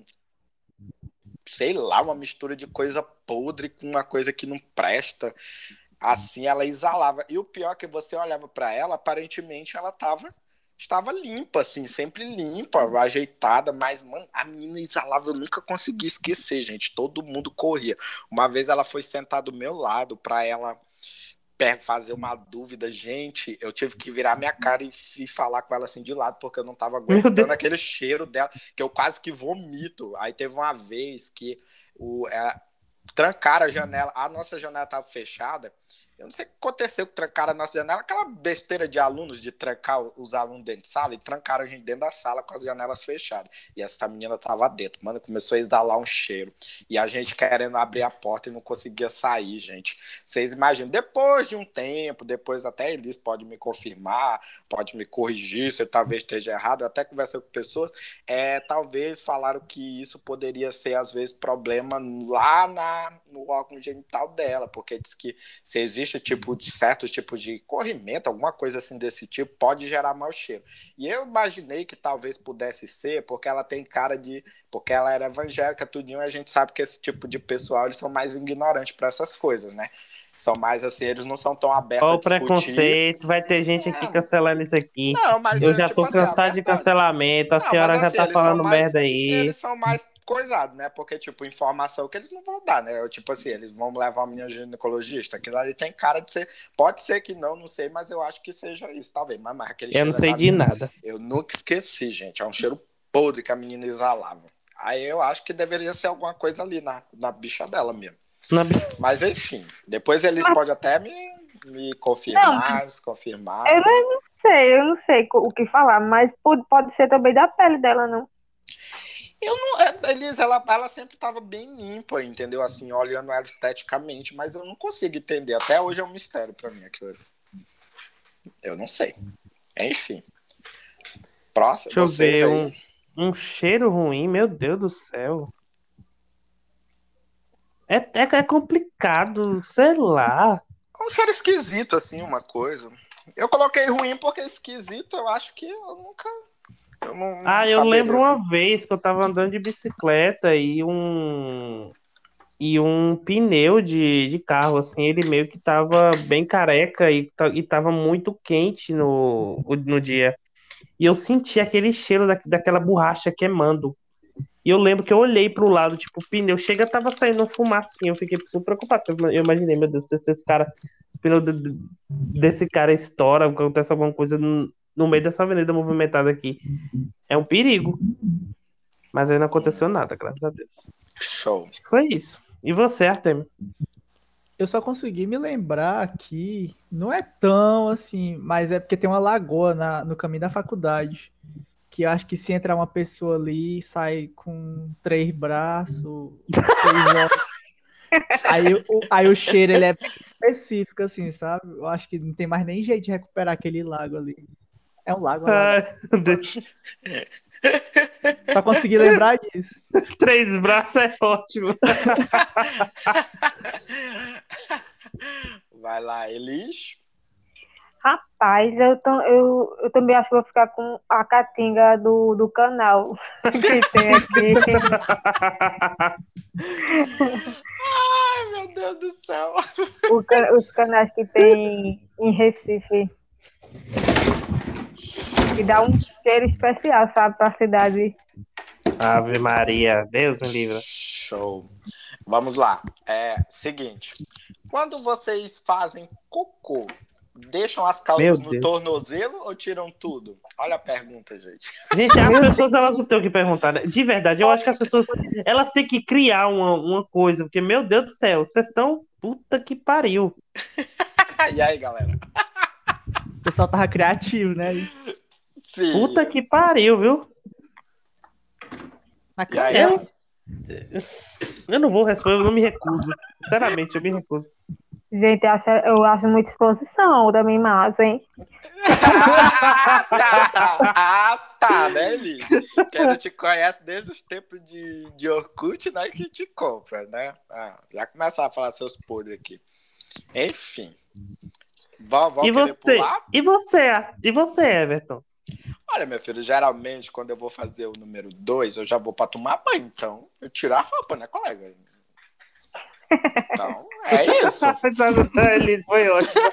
sei lá, uma mistura de coisa podre com uma coisa que não presta. Assim ela exalava. E o pior é que você olhava pra ela, aparentemente ela tava, estava limpa, assim, sempre limpa, ajeitada, mas, mano, a menina exalava, eu nunca consegui esquecer, gente. Todo mundo corria. Uma vez ela foi sentar do meu lado pra ela per- fazer uma dúvida, gente, eu tive que virar minha cara e, e falar com ela assim de lado, porque eu não tava Meu aguentando Deus. aquele cheiro dela, que eu quase que vomito. Aí teve uma vez que o, é, trancaram a janela, a nossa janela estava fechada. Eu não sei o que aconteceu que trancaram a nossa janela, aquela besteira de alunos de trancar os alunos dentro de sala, e trancaram a gente dentro da sala com as janelas fechadas. E essa menina tava dentro, mano, começou a exalar um cheiro. E a gente querendo abrir a porta e não conseguia sair, gente. Vocês imaginam, depois de um tempo, depois até eles podem me confirmar, pode me corrigir se eu talvez esteja errado, eu até conversei com pessoas, é, talvez falaram que isso poderia ser, às vezes, problema lá na, no órgão genital dela, porque diz que se existe tipo de certo tipo de corrimento, alguma coisa assim desse tipo, pode gerar mau cheiro. E eu imaginei que talvez pudesse ser porque ela tem cara de... porque ela era evangélica, tudinho, e a gente sabe que esse tipo de pessoal, eles são mais ignorantes para essas coisas, né? São mais assim, eles não são tão abertos Ó a o discutir. preconceito, vai ter gente aqui É, cancelando isso aqui. não, mas Eu é, já tipo tô assim, a cansado de verdade. cancelamento, a Não, mas senhora já assim, tá eles são falando mais. merda aí. Eles são mais coisados, né? Porque, tipo, informação que eles não vão dar, né? Eu, tipo assim, eles vão levar a minha ginecologista. Aquilo ali tem cara de ser. Pode ser que não, não sei, mas eu acho que seja isso, talvez. Mas, mas aquele Eu não cheiro sei da de menina, nada. eu nunca esqueci, gente. É um cheiro podre que a menina exalava. Aí eu acho que deveria ser alguma coisa ali na, na bicha dela mesmo. Na- Mas, enfim, depois eles Mas- podem até me, me Não, confirmar, eu desconfirmar. não sei, eu não sei co- o que falar, mas pode, pode ser também da pele dela, não. Eu não, é, Elisa, ela, ela sempre estava bem limpa, entendeu? Assim, olhando ela esteticamente, mas eu não consigo entender. Até hoje é um mistério para mim aquilo. Eu não sei. Enfim. Próximo, Deixa eu vocês ver, aí. um, um cheiro ruim, meu Deus do céu. É, é, é complicado, sei lá. Um cheiro esquisito, assim, uma coisa. Eu coloquei ruim porque esquisito, eu acho que eu nunca. Eu não, não Ah, eu saberia lembro assim. uma vez que eu tava andando de bicicleta e um e um pneu de, de carro, assim, ele meio que tava bem careca e, ta- e tava muito quente no, no dia. E eu senti aquele cheiro da, daquela borracha queimando. E eu lembro que eu olhei pro lado, tipo, o pneu chega, tava saindo um fumacinho. Eu fiquei super preocupado, porque eu imaginei, meu Deus, se esse cara, se o pneu de- de- desse cara estoura, acontece alguma coisa no, no meio dessa avenida movimentada aqui. É um perigo. Mas aí não aconteceu nada, graças a Deus. Show. Acho que foi isso. E você, Artemio? Eu só consegui me lembrar que não é tão assim, mas é porque tem uma lagoa na- no caminho da faculdade. Que eu acho que se entrar uma pessoa ali, sai com três braços, seis olhos. Aí, o- aí o cheiro ele é bem específico, assim, sabe? Eu acho que não tem mais nem jeito de recuperar aquele lago ali. É um lago, é um lago. Ai, meu Deus. Só consegui lembrar disso. Três braços é ótimo. Vai lá, Elis. Rapaz, eu, tam- eu, eu também acho que vou ficar com a caatinga do, do canal que tem aqui. Ai, meu Deus do céu. O ca- os canais que tem em Recife. Que dá um cheiro especial, sabe, pra cidade. Ave Maria, Deus me livre. Show. Vamos lá. É seguinte. Quando vocês fazem cocô, deixam as Meu calças no Deus. tornozelo ou tiram tudo? Olha a pergunta, gente. Gente, as pessoas elas não têm o que perguntar, né? De verdade, eu acho que as pessoas elas têm que criar uma, uma coisa, porque, meu Deus do céu, vocês estão puta que pariu. E aí, galera? O pessoal tava criativo, né? Sim. Puta que pariu, viu? Na E aí, canela. galera? Eu não vou responder, eu não me recuso. Sinceramente, eu me recuso. Gente, eu acho, eu acho muita exposição da minha imagem, hein? Ah, tá. Ah, tá, né, Elis? Que ainda te conhece desde os tempos de, de Orkut, né? Que te compra, né? Ah, já começar a falar seus podres aqui. Enfim. Vão, vão E querer você? pular? E você? E você, Everton? Olha, meu filho, geralmente quando eu vou fazer o número dois, eu já vou pra tomar banho, então eu tiro a roupa, né, colega? Então, é isso. A risada da Elis foi ótima.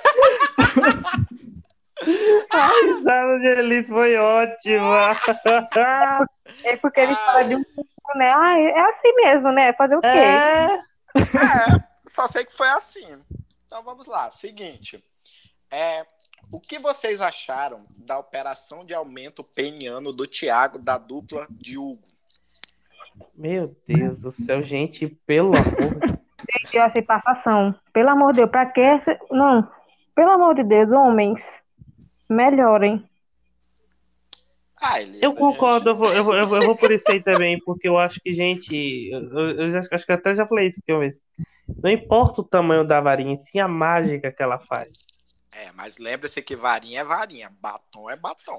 A risada de Elis foi ótima. É porque ele fala de um pouco, né? Ah, é assim mesmo, né? Fazer o quê? É. É, só sei que foi assim. Então vamos lá. Seguinte. É, o que vocês acharam da operação de aumento peniano do Thiago da dupla de Hugo? Meu Deus do céu, gente, pelo amor. Eu achei passação. Pelo amor de Deus, pra que essa... Não, pelo amor de Deus, homens, melhorem. Ah, Elisa, Eu concordo, gente... eu vou, eu, vou, eu vou eu vou por isso aí também, porque eu acho que, gente, eu, eu, eu já, acho que até já falei isso aqui uma vez. Não importa o tamanho da varinha, sim a mágica que ela faz. É, mas lembra-se que varinha é varinha, batom é batom.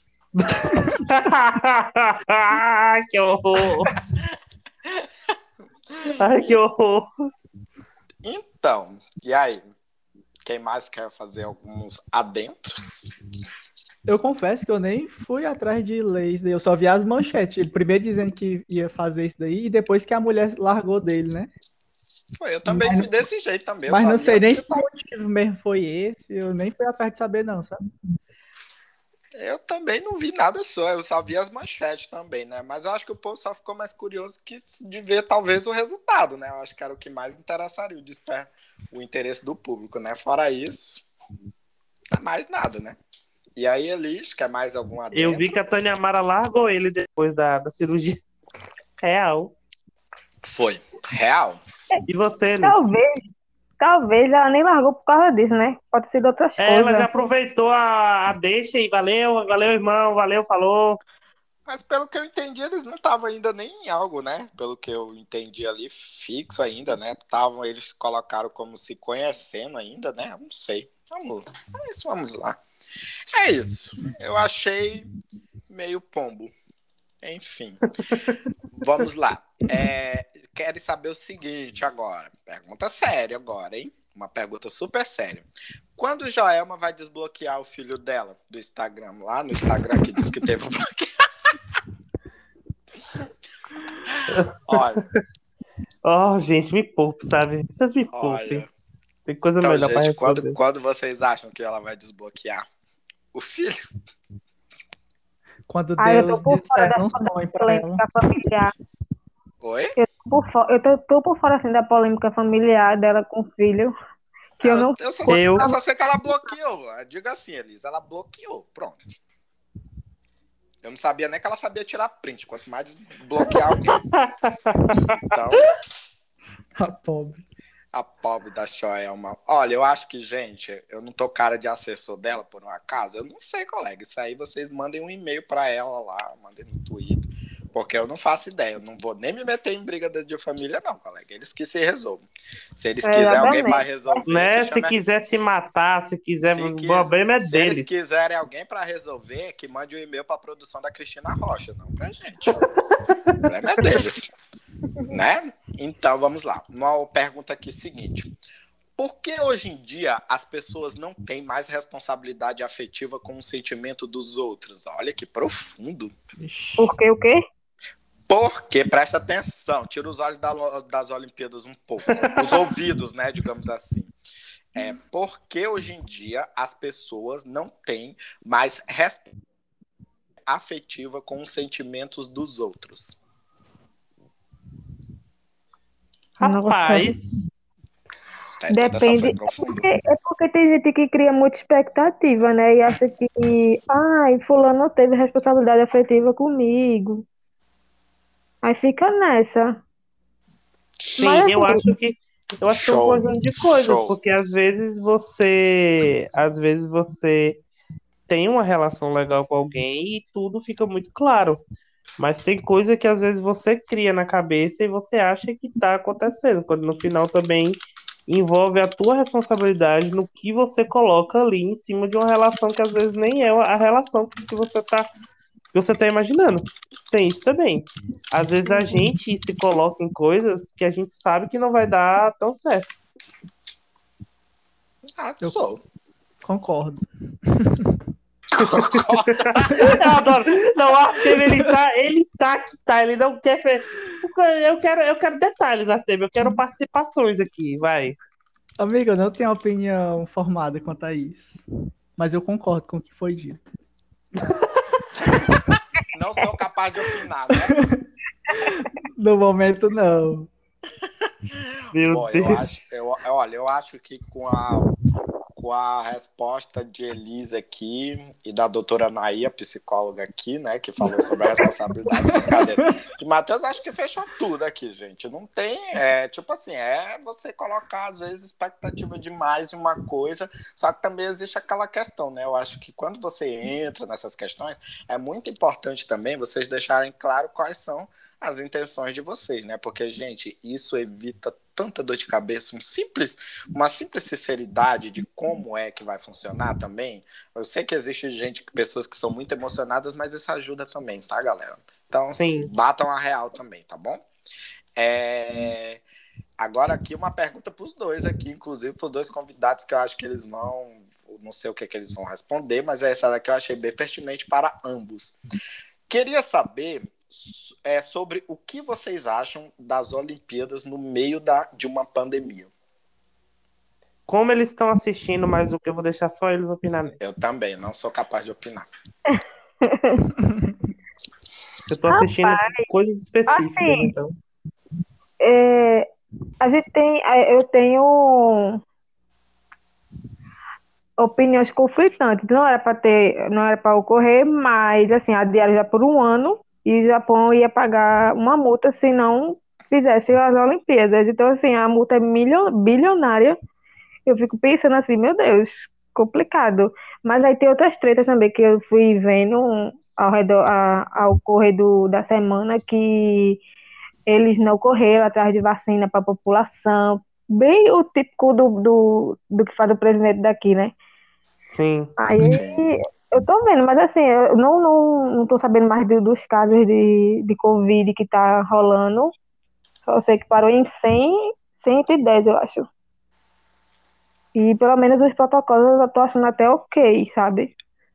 Que horror! Ai, que horror! Então, e aí? Quem mais quer fazer alguns adentros? Eu confesso que eu nem fui atrás de leis, eu só vi as manchetes. Ele primeiro dizendo que ia fazer isso daí e depois que a mulher largou dele, né? Foi, eu também Mas- fui desse jeito também. eu Mas só não li sei a nem se notícia. o motivo mesmo foi esse, eu nem fui atrás de saber não, sabe? Eu também não vi nada só, eu só vi as manchetes também, né? Mas eu acho que o povo só ficou mais curioso que de ver talvez o resultado, né? Eu acho que era o que mais interessaria, o, desper... o interesse do público, né? Fora isso, não é mais nada, né? E aí, Elis, quer mais algum adentro? Eu vi que a Tânia Mara largou ele depois da, da cirurgia. Real. Foi. Real? E você, Elis? Talvez, talvez ela nem largou por causa disso, né? Pode ser de outras É, coisas. ela já aproveitou a, a deixa e valeu, valeu, irmão, valeu, falou. Mas pelo que eu entendi, eles não estavam ainda nem em algo, né? Pelo que eu entendi ali, fixo ainda, né? Tavam, eles colocaram como se conhecendo ainda, né? Eu não sei. Vamos, é isso, vamos lá. É isso. Eu achei meio pombo. Enfim. Vamos lá. É, querem saber o seguinte agora. Pergunta séria agora, hein? Uma pergunta super séria. Quando Joelma vai desbloquear o filho dela do Instagram, lá no Instagram que diz que teve um bloqueio? Olha, Oh, gente, me poupe, sabe? Vocês me poupem. olha. Tem coisa Então, melhor pra gente, responder. quando, quando vocês acham que ela vai desbloquear o filho? Quando Ah, eu tô Deus por fora disser um dessa sonho pra ela. polêmica familiar. Oi? Eu tô por fora, eu tô, tô por fora assim, da polêmica familiar dela com o filho. Que eu não. eu, só, Eu- eu só sei que ela bloqueou. Diga assim, Elisa, ela bloqueou. Pronto. Eu não sabia nem que ela sabia tirar print, quanto mais bloquear alguém. Então, A pobre. a pobre da Joelma. Olha, eu acho que, gente, eu não tô cara de assessor dela, por um acaso. Eu não sei, colega. Isso aí vocês mandem um e-mail pra ela lá, mandem no Twitter. Porque eu não faço ideia. Eu não vou nem me meter em briga de família, não, colega. Eles que se resolvam. Se eles É, quiserem alguém exatamente. pra resolver. Né? que Se chame a- quiser se matar, se quiser, Se o quis- problema é Se deles. eles quiserem alguém pra resolver, que mande um e-mail pra produção da Cristina Rocha, não pra gente. O problema é deles. Né? Então, vamos lá. Uma pergunta aqui seguinte. Por que hoje em dia as pessoas não têm mais responsabilidade afetiva com o sentimento dos outros? Olha que profundo. Ixi. Porque o quê? Porque, presta atenção, tira os olhos da- das Olimpíadas um pouco. Os ouvidos, né, digamos assim. É porque hoje em dia as pessoas não têm mais resposta afetiva com os sentimentos dos outros. Rapaz, É, toda essa Depende. foi É profunda. porque, é porque tem gente que cria muita expectativa, né? E acha que, ai, fulano não teve responsabilidade afetiva comigo. Aí fica nessa. sim, Mas, eu assim, acho que eu acho que é um Show, conjunto de coisas, show. porque às vezes você, às vezes você tem uma relação legal com alguém e tudo fica muito claro. Mas tem coisa que às vezes você cria na cabeça e você acha que tá acontecendo, quando no final também envolve a tua responsabilidade no que você coloca ali em cima de uma relação que às vezes nem é a relação que você tá, que você tá imaginando. Tem isso também. Às vezes a gente se coloca em coisas que a gente sabe que não vai dar tão certo. Ah, Eu sou. concordo. Eu adoro. Não, o Artemio, ele tá, ele tá que tá, ele não quer. fe- Eu quero, eu quero detalhes, Artemio, eu quero participações aqui, vai. Amiga, eu não tenho opinião formada quanto a isso. Mas eu concordo com o que foi dito. Não sou capaz de opinar, né? No momento, não. Meu Bom, eu Deus. acho, eu, olha, eu acho que com a, com a resposta de Elisa aqui e da doutora Naí, a psicóloga aqui, né, que falou sobre a responsabilidade, brincadeira, de Matheus, acho que fechou tudo aqui, gente. Não tem, é, tipo assim, é você colocar, às vezes, expectativa demais em uma coisa, só que também existe aquela questão, né, eu acho que quando você entra nessas questões, é muito importante também vocês deixarem claro quais são as intenções de vocês, né? Porque, gente, isso evita tanta dor de cabeça, um simples, uma simples sinceridade de como é que vai funcionar também. Eu sei que existe gente, pessoas que são muito emocionadas, mas isso ajuda também, tá, galera? Então, Sim. batam a real também, tá bom? É... Agora aqui uma pergunta para os dois aqui, inclusive para os dois convidados, que eu acho que eles vão, não sei o que, que eles vão responder, mas essa daqui eu achei bem pertinente para ambos. Queria saber é, sobre o que vocês acham das Olimpíadas no meio da, de uma pandemia. Como eles estão assistindo, mas o que eu vou deixar só eles opinar nisso. Eu também, não sou capaz de opinar. Eu tô assistindo Rapaz, coisas específicas, assim, então. é, a gente tem, eu tenho opiniões conflitantes. Não era para ter, não era para ocorrer, mas assim, adiaram já por um ano e o Japão ia pagar uma multa se não fizesse as Olimpíadas. Então, assim, a multa é milio- bilionária. Eu fico pensando assim, meu Deus, complicado. Mas aí tem outras tretas também que eu fui vendo ao redor, a- ao correr do, da semana que eles não correram atrás de vacina para a população. Bem o típico do, do, do que faz o presidente daqui, né? Sim. Aí Sim. eu tô vendo, mas assim, eu não, não, não tô sabendo mais do- dos casos de, de Covid que tá rolando. Só sei que parou em cem, cento e dez, eu acho. E pelo menos os protocolos eu tô achando até ok, sabe?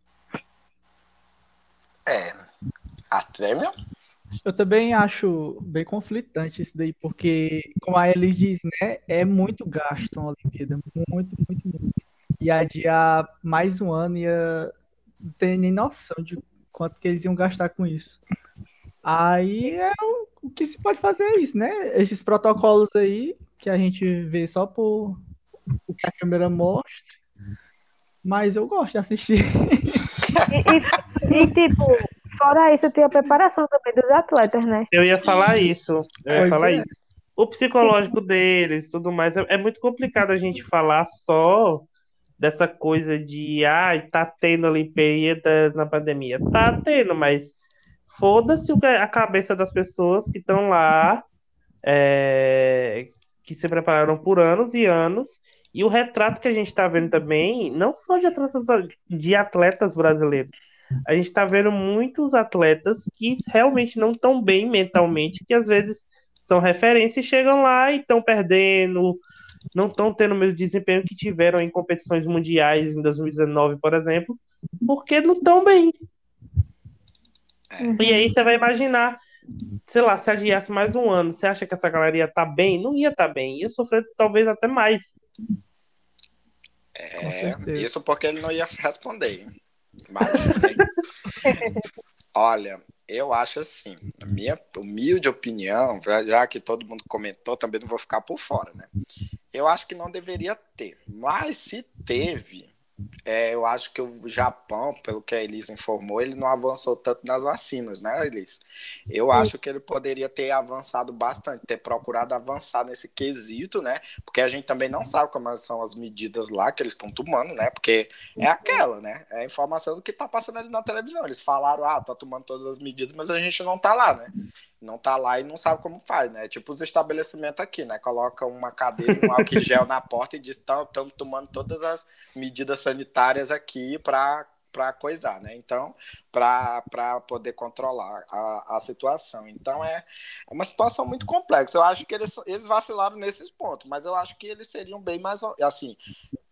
É, a Trêmio? Eu também acho bem conflitante isso daí, porque, como a Elis diz, né, é muito gasto uma Olimpíada, muito, muito, muito. E adiar mais um ano ia não ter nem noção de quanto que eles iam gastar com isso. Aí é o, o que se pode fazer é isso, né? Esses protocolos aí que a gente vê só por o que a câmera mostra, mas eu gosto de assistir. E, e, e, tipo, fora isso, tem a preparação também dos atletas, né? Eu ia falar Isso. isso. Eu ia Pois falar é. isso. O psicológico deles, tudo mais. É, é muito complicado a gente falar só dessa coisa de, ai, tá tendo Olimpíadas na pandemia. Tá tendo, mas foda-se o que- a cabeça das pessoas que estão lá, é, que se prepararam por anos e anos. E o retrato que a gente tá vendo também, não só de atletas, bra- de atletas brasileiros. A gente tá vendo muitos atletas que realmente não estão bem mentalmente, que às vezes são referência e chegam lá e estão perdendo, não estão tendo o mesmo desempenho que tiveram em competições mundiais em dois mil e dezenove, por exemplo, porque não estão bem. Uhum. E aí você vai imaginar, sei lá, se adiasse mais um ano, você acha que essa galera ia estar bem? Não ia estar bem, ia sofrer talvez até mais. Com É, certeza. isso porque ele não ia responder. Hein? Imagina, hein? Olha, eu acho assim, a minha humilde opinião, já, já que todo mundo comentou, também não vou ficar por fora, né? Eu acho que não deveria ter, mas se teve, é, eu acho que o Japão, pelo que a Elisa informou, ele não avançou tanto nas vacinas, né, Elisa? Eu acho que ele poderia ter avançado bastante, ter procurado avançar nesse quesito, né? Porque a gente também não sabe como são as medidas lá que eles estão tomando, né? Porque é aquela, né? É a informação do que tá passando ali na televisão. Eles falaram, ah, tá tomando todas as medidas, mas a gente não tá lá, né? Não tá lá e não sabe como faz, né? Tipo os estabelecimentos aqui, né? Coloca uma cadeira e um álcool gel na porta e diz, estamos tomando todas as medidas sanitárias aqui para para coisar, né? Então, para poder controlar a, a situação. Então, é, é uma situação muito complexa. Eu acho que eles, eles vacilaram nesses pontos, mas eu acho que eles seriam bem mais, assim,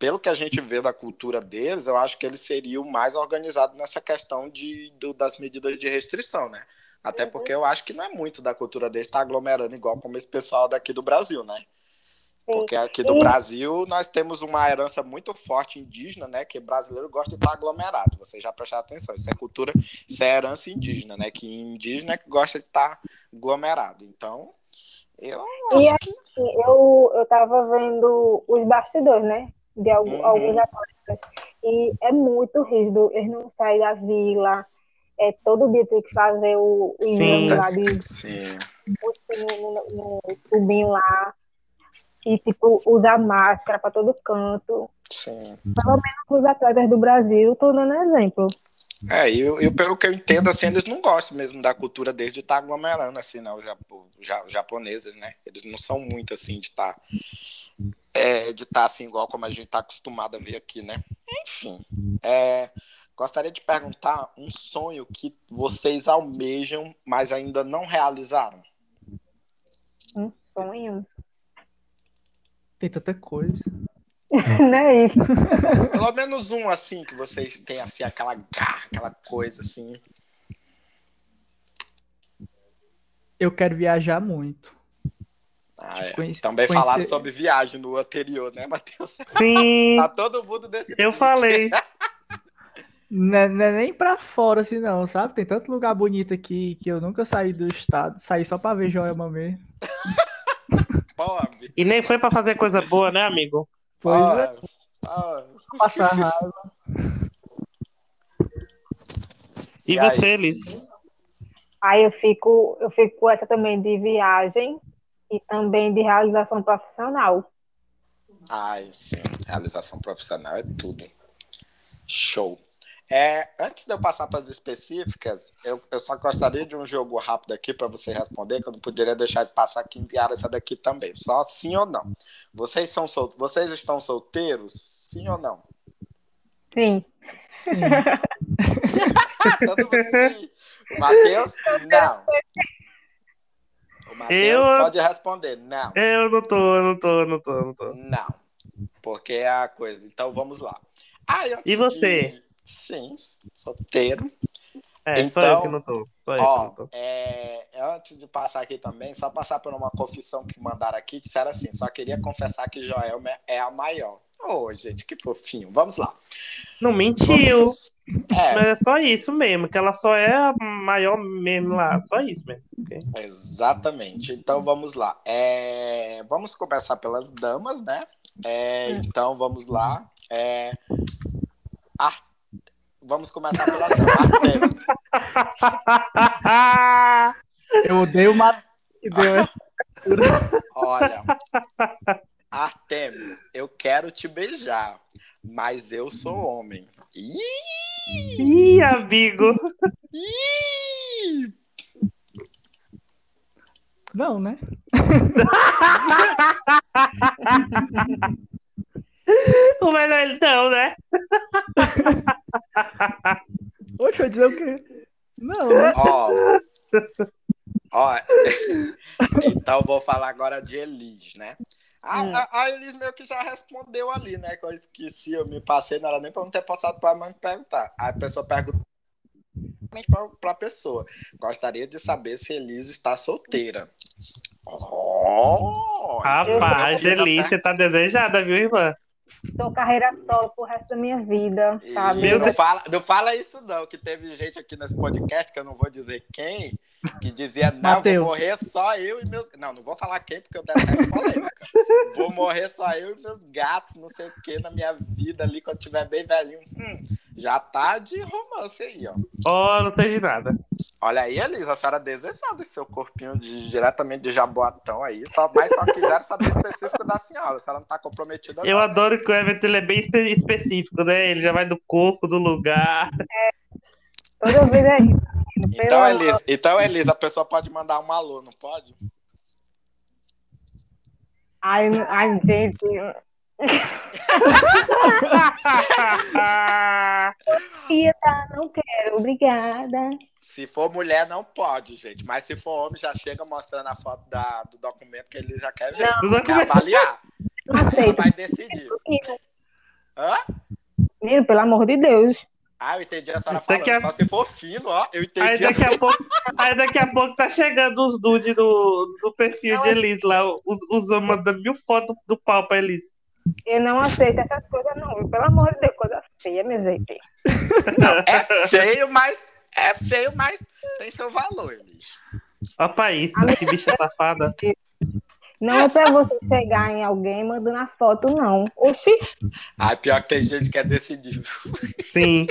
pelo que a gente vê da cultura deles, eu acho que eles seriam mais organizados nessa questão de, do, das medidas de restrição, né? Até porque eu acho que não é muito da cultura deles estar aglomerando igual como esse pessoal daqui do Brasil, né? Porque aqui do E- Brasil nós temos uma herança muito forte indígena, né? Que brasileiro gosta de estar aglomerado. Vocês já prestaram atenção. Isso é cultura, isso é herança indígena, né? Que indígena é que gosta de estar aglomerado. Então, eu E acho que. assim, eu, eu tava vendo os bastidores, né? De algum, Uhum. alguns atletas. E é muito rígido. Eles não saem da vila. É, todo dia tem que fazer o, o exame Sim. lá de Sim. no, no, no tubinho lá. E, tipo, usar máscara para todo canto. Sim. Pelo menos os atletas do Brasil, tô dando exemplo. É, e eu, eu, pelo que eu entendo, assim, eles não gostam mesmo da cultura deles de estar aglomerando, assim, né? Os, japo, ja, japoneses, né? Eles não são muito, assim, de estar... É, de estar, assim, igual como a gente está acostumado a ver aqui, né? Enfim. É, gostaria de perguntar um sonho que vocês almejam, mas ainda não realizaram. Um sonho. Tem tanta coisa. Não é isso. Pelo menos um, assim, que vocês têm, assim, aquela garra, aquela coisa, assim. Eu quero viajar muito. Ah, é. Conhece- Também conhecer- falaram sobre viagem no anterior, né, Matheus? Sim, Tá todo mundo desse eu pique. falei. Não é, não é nem pra fora assim, não, sabe? Tem tanto lugar bonito aqui que eu nunca saí do estado. Saí só pra ver Joelma mesmo. Pobre. E nem foi pra fazer coisa boa, né, amigo? Pois é, Pobre. Pobre. passar raiva. E, E aí? você, Liz? Aí eu fico, eu fico com essa também de viagem e também de realização profissional. Ai, sim. Realização profissional é tudo. Show. É, antes de eu passar para as específicas, eu, eu só gostaria de um jogo rápido aqui para você responder, que eu não poderia deixar de passar que enviaram essa daqui também. Só sim ou não. Vocês, são sol... Vocês estão solteiros? Sim ou não? Sim. Sim. Todo mundo sim. O Matheus? Não. O Matheus Eu- pode responder. Não. Eu não tô, eu não tô, eu não tô, eu não tô. Não. Porque é a coisa. Então vamos lá. Ah, antes E você? de- Sim, solteiro. É, só eu Então, que não tô. Só eu que Ó, não tô. é, antes de passar aqui também, só passar por uma confissão que mandaram aqui, que disseram assim, só queria confessar que Joelma é a maior. Ô, gente, que fofinho. Vamos lá. Não mentiu. Vamos... É, Mas é só isso mesmo, que ela só é a maior mesmo lá. Só isso mesmo. ok? exatamente. Então vamos lá. É, vamos começar pelas damas, né? É, então vamos lá. É, Ar- Vamos começar pelas damas. Artemio. Eu odeio o Matheus que deu essa. Olha, Artemio, eu quero te beijar, mas eu sou homem. Ih! Ih, amigo. Ih! Não, né? O melhor então, né? Hoje vai dizer o quê? Não, né? Ó, ó, então vou falar agora de Elis, né? A, a, a Elis meio que já respondeu ali, né? Que eu esqueci, eu me passei, não era nem pra não ter passado pra mãe perguntar. Aí a pessoa pergunta pra, pra pessoa. Gostaria de saber se Elis está solteira. Oh, Rapaz, então eu fiz a delícia, tá desejada, viu, irmã? Sou carreira solo pro resto da minha vida, E sabe? Meu não, Deus. fala, não fala isso não, que teve gente aqui nesse podcast, que eu não vou dizer quem, que dizia, não, Mateus. vou morrer só eu e meus... Não, não vou falar quem, porque eu detesto polêmica. Vou morrer só eu e meus gatos, não sei o que, na minha vida ali, quando tiver bem velhinho. Hum, já tá de romance aí, ó. Oh, não sei de nada. Olha aí, Elisa, a senhora desejada esse seu corpinho de, diretamente de Jaboatão aí, só, mas só quiseram saber específico da senhora, a senhora não tá comprometida Eu não. adoro que o Everton ele é bem espe- específico, né? Ele já vai do corpo, do lugar. Toda vez é isso. Então, Pelo Elisa, então, Elisa, a pessoa pode mandar um alô, não pode? Ai, ai, gente. Ia, tá, não quero, obrigada. Se for mulher, não pode, gente. Mas se for homem, já chega mostrando a foto da, do documento que ele já quer ver. Do Quer documento. avaliar. Não Ela aceito. vai decidir. Hã? Menino, pelo amor de Deus. Ah, eu entendi a senhora Daqui falando, a- só se for fino, ó. Eu Aí entendi daqui assim. a pouco, aí daqui a pouco tá chegando os dudes do, do perfil Não, de Elis lá, os, os homens mandando mil fotos do pau pra Elis. eu não aceito essas coisas, não. viu? Pelo amor de Deus, coisa feia, minha gente. Não, é feio, mas é feio, mas tem seu valor, Elis. Ó, país, que bicha safada. Não é pra você chegar em alguém mandando a foto, não. Oxi, Ah, pior que tem gente que é desse nível. Sim.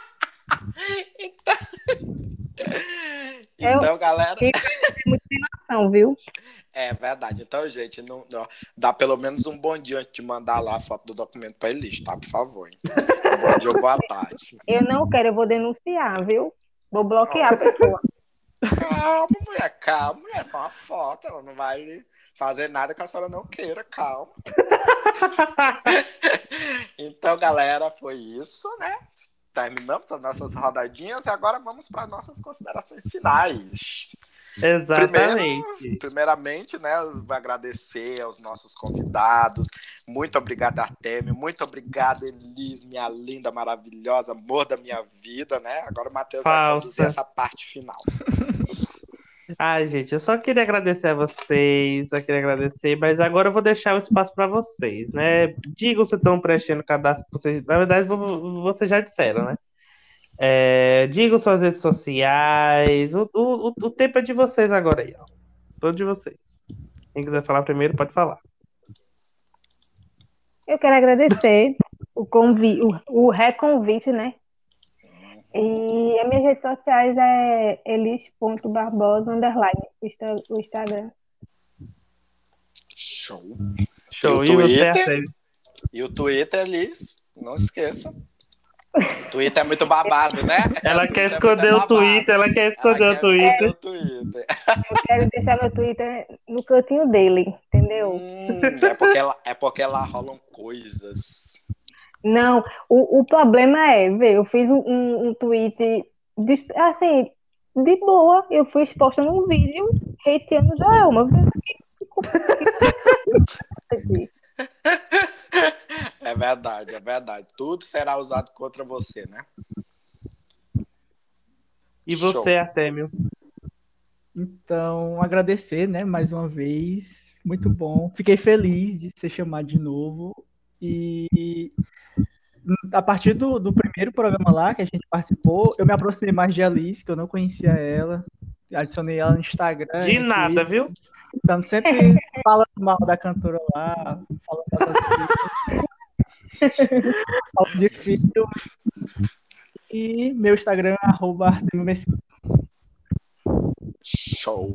Então, galera, tem muita noção, viu? é verdade. Então, gente, não, não- dá pelo menos um bom dia antes de mandar lá a foto do documento pra Elis, tá? Por favor. hein? Bom dia ou boa tarde. Eu não quero, eu vou denunciar, viu? Vou bloquear a pessoa. Calma, mulher, calma, mulher, é só uma foto, ela não vai fazer nada que a senhora não queira, calma. Então, galera, foi isso, né? Terminamos as nossas rodadinhas e agora vamos para nossas considerações finais. Exatamente. Primeiro, primeiramente, né, eu vou agradecer aos nossos convidados. Muito obrigado, Artemio. Muito obrigado, Elis, minha linda, maravilhosa, amor da minha vida, né? Agora o Matheus vai Falsa. conduzir essa parte final. Ai, gente, eu só queria agradecer a vocês, só queria agradecer, mas agora eu vou deixar o espaço para vocês, né? Digam se estão preenchendo o cadastro, vocês, na verdade, vo- vocês já disseram, né? É, digam suas redes sociais, o, o, o, o tempo é de vocês agora aí, ó. Todo de vocês. Quem quiser falar primeiro, pode falar. Eu quero agradecer o, convi o, o reconvite, né? E as minhas redes sociais é elis.barbosa, underline, o Insta- o Instagram. Show. Show. E E o você, Twitter? Artemio? E o Twitter, Elis, não esqueça. O Twitter é muito babado, né? Ela O quer Twitter é esconder muito o babado. Twitter, ela quer esconder Ela o quer Twitter. esconder o Twitter. Eu quero deixar meu Twitter no cantinho dele, entendeu? Hum, é, porque ela, é porque lá rolam coisas. Não, o, o problema é, vê, eu fiz um, um, um tweet, de- assim, de boa, eu fui exposta num vídeo hateando Joelma. É verdade, é verdade. Tudo será usado contra você, né? E você, Show. Artemio? Então, agradecer, né, mais uma vez. Muito bom. Fiquei feliz de ser chamado de novo. E a partir do, do primeiro programa lá que a gente participou, eu me aproximei mais de Alice, que eu não conhecia ela. Adicionei ela no Instagram, De no nada, Twitter. viu? Estamos sempre falando mal da cantora lá, falando falando de filme. E meu Instagram é arroba Artemio Mesquita. Show.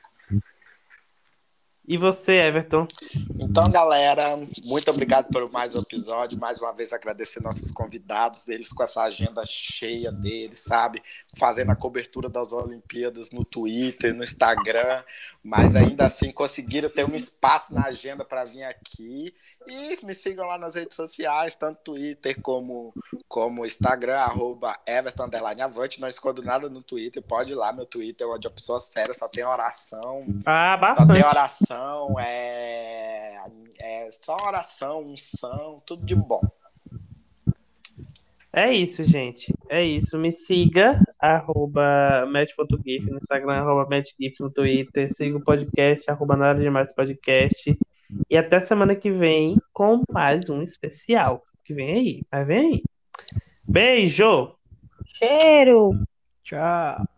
E você, Everton? Então, galera, muito obrigado por mais um episódio. Mais uma vez agradecer nossos convidados, deles com essa agenda cheia deles, sabe? Fazendo a cobertura das Olimpíadas no Twitter, no Instagram, mas ainda assim conseguiram ter um espaço na agenda para vir aqui. E me sigam lá nas redes sociais, tanto Twitter como, como Instagram, arroba Everton underline Avante. Não escondo nada no Twitter, pode ir lá, meu Twitter é onde a pessoa séria, só tem oração. Ah, Só bastante. tem oração, é, é só oração, unção, tudo de bom. É isso, gente. É isso. Me siga, arroba match.gif no Instagram, arroba matchgif no Twitter. Siga o podcast, arroba nada demais podcast. E até semana que vem com mais um especial. Que vem aí. Mas vem aí. Beijo! Cheiro! Tchau.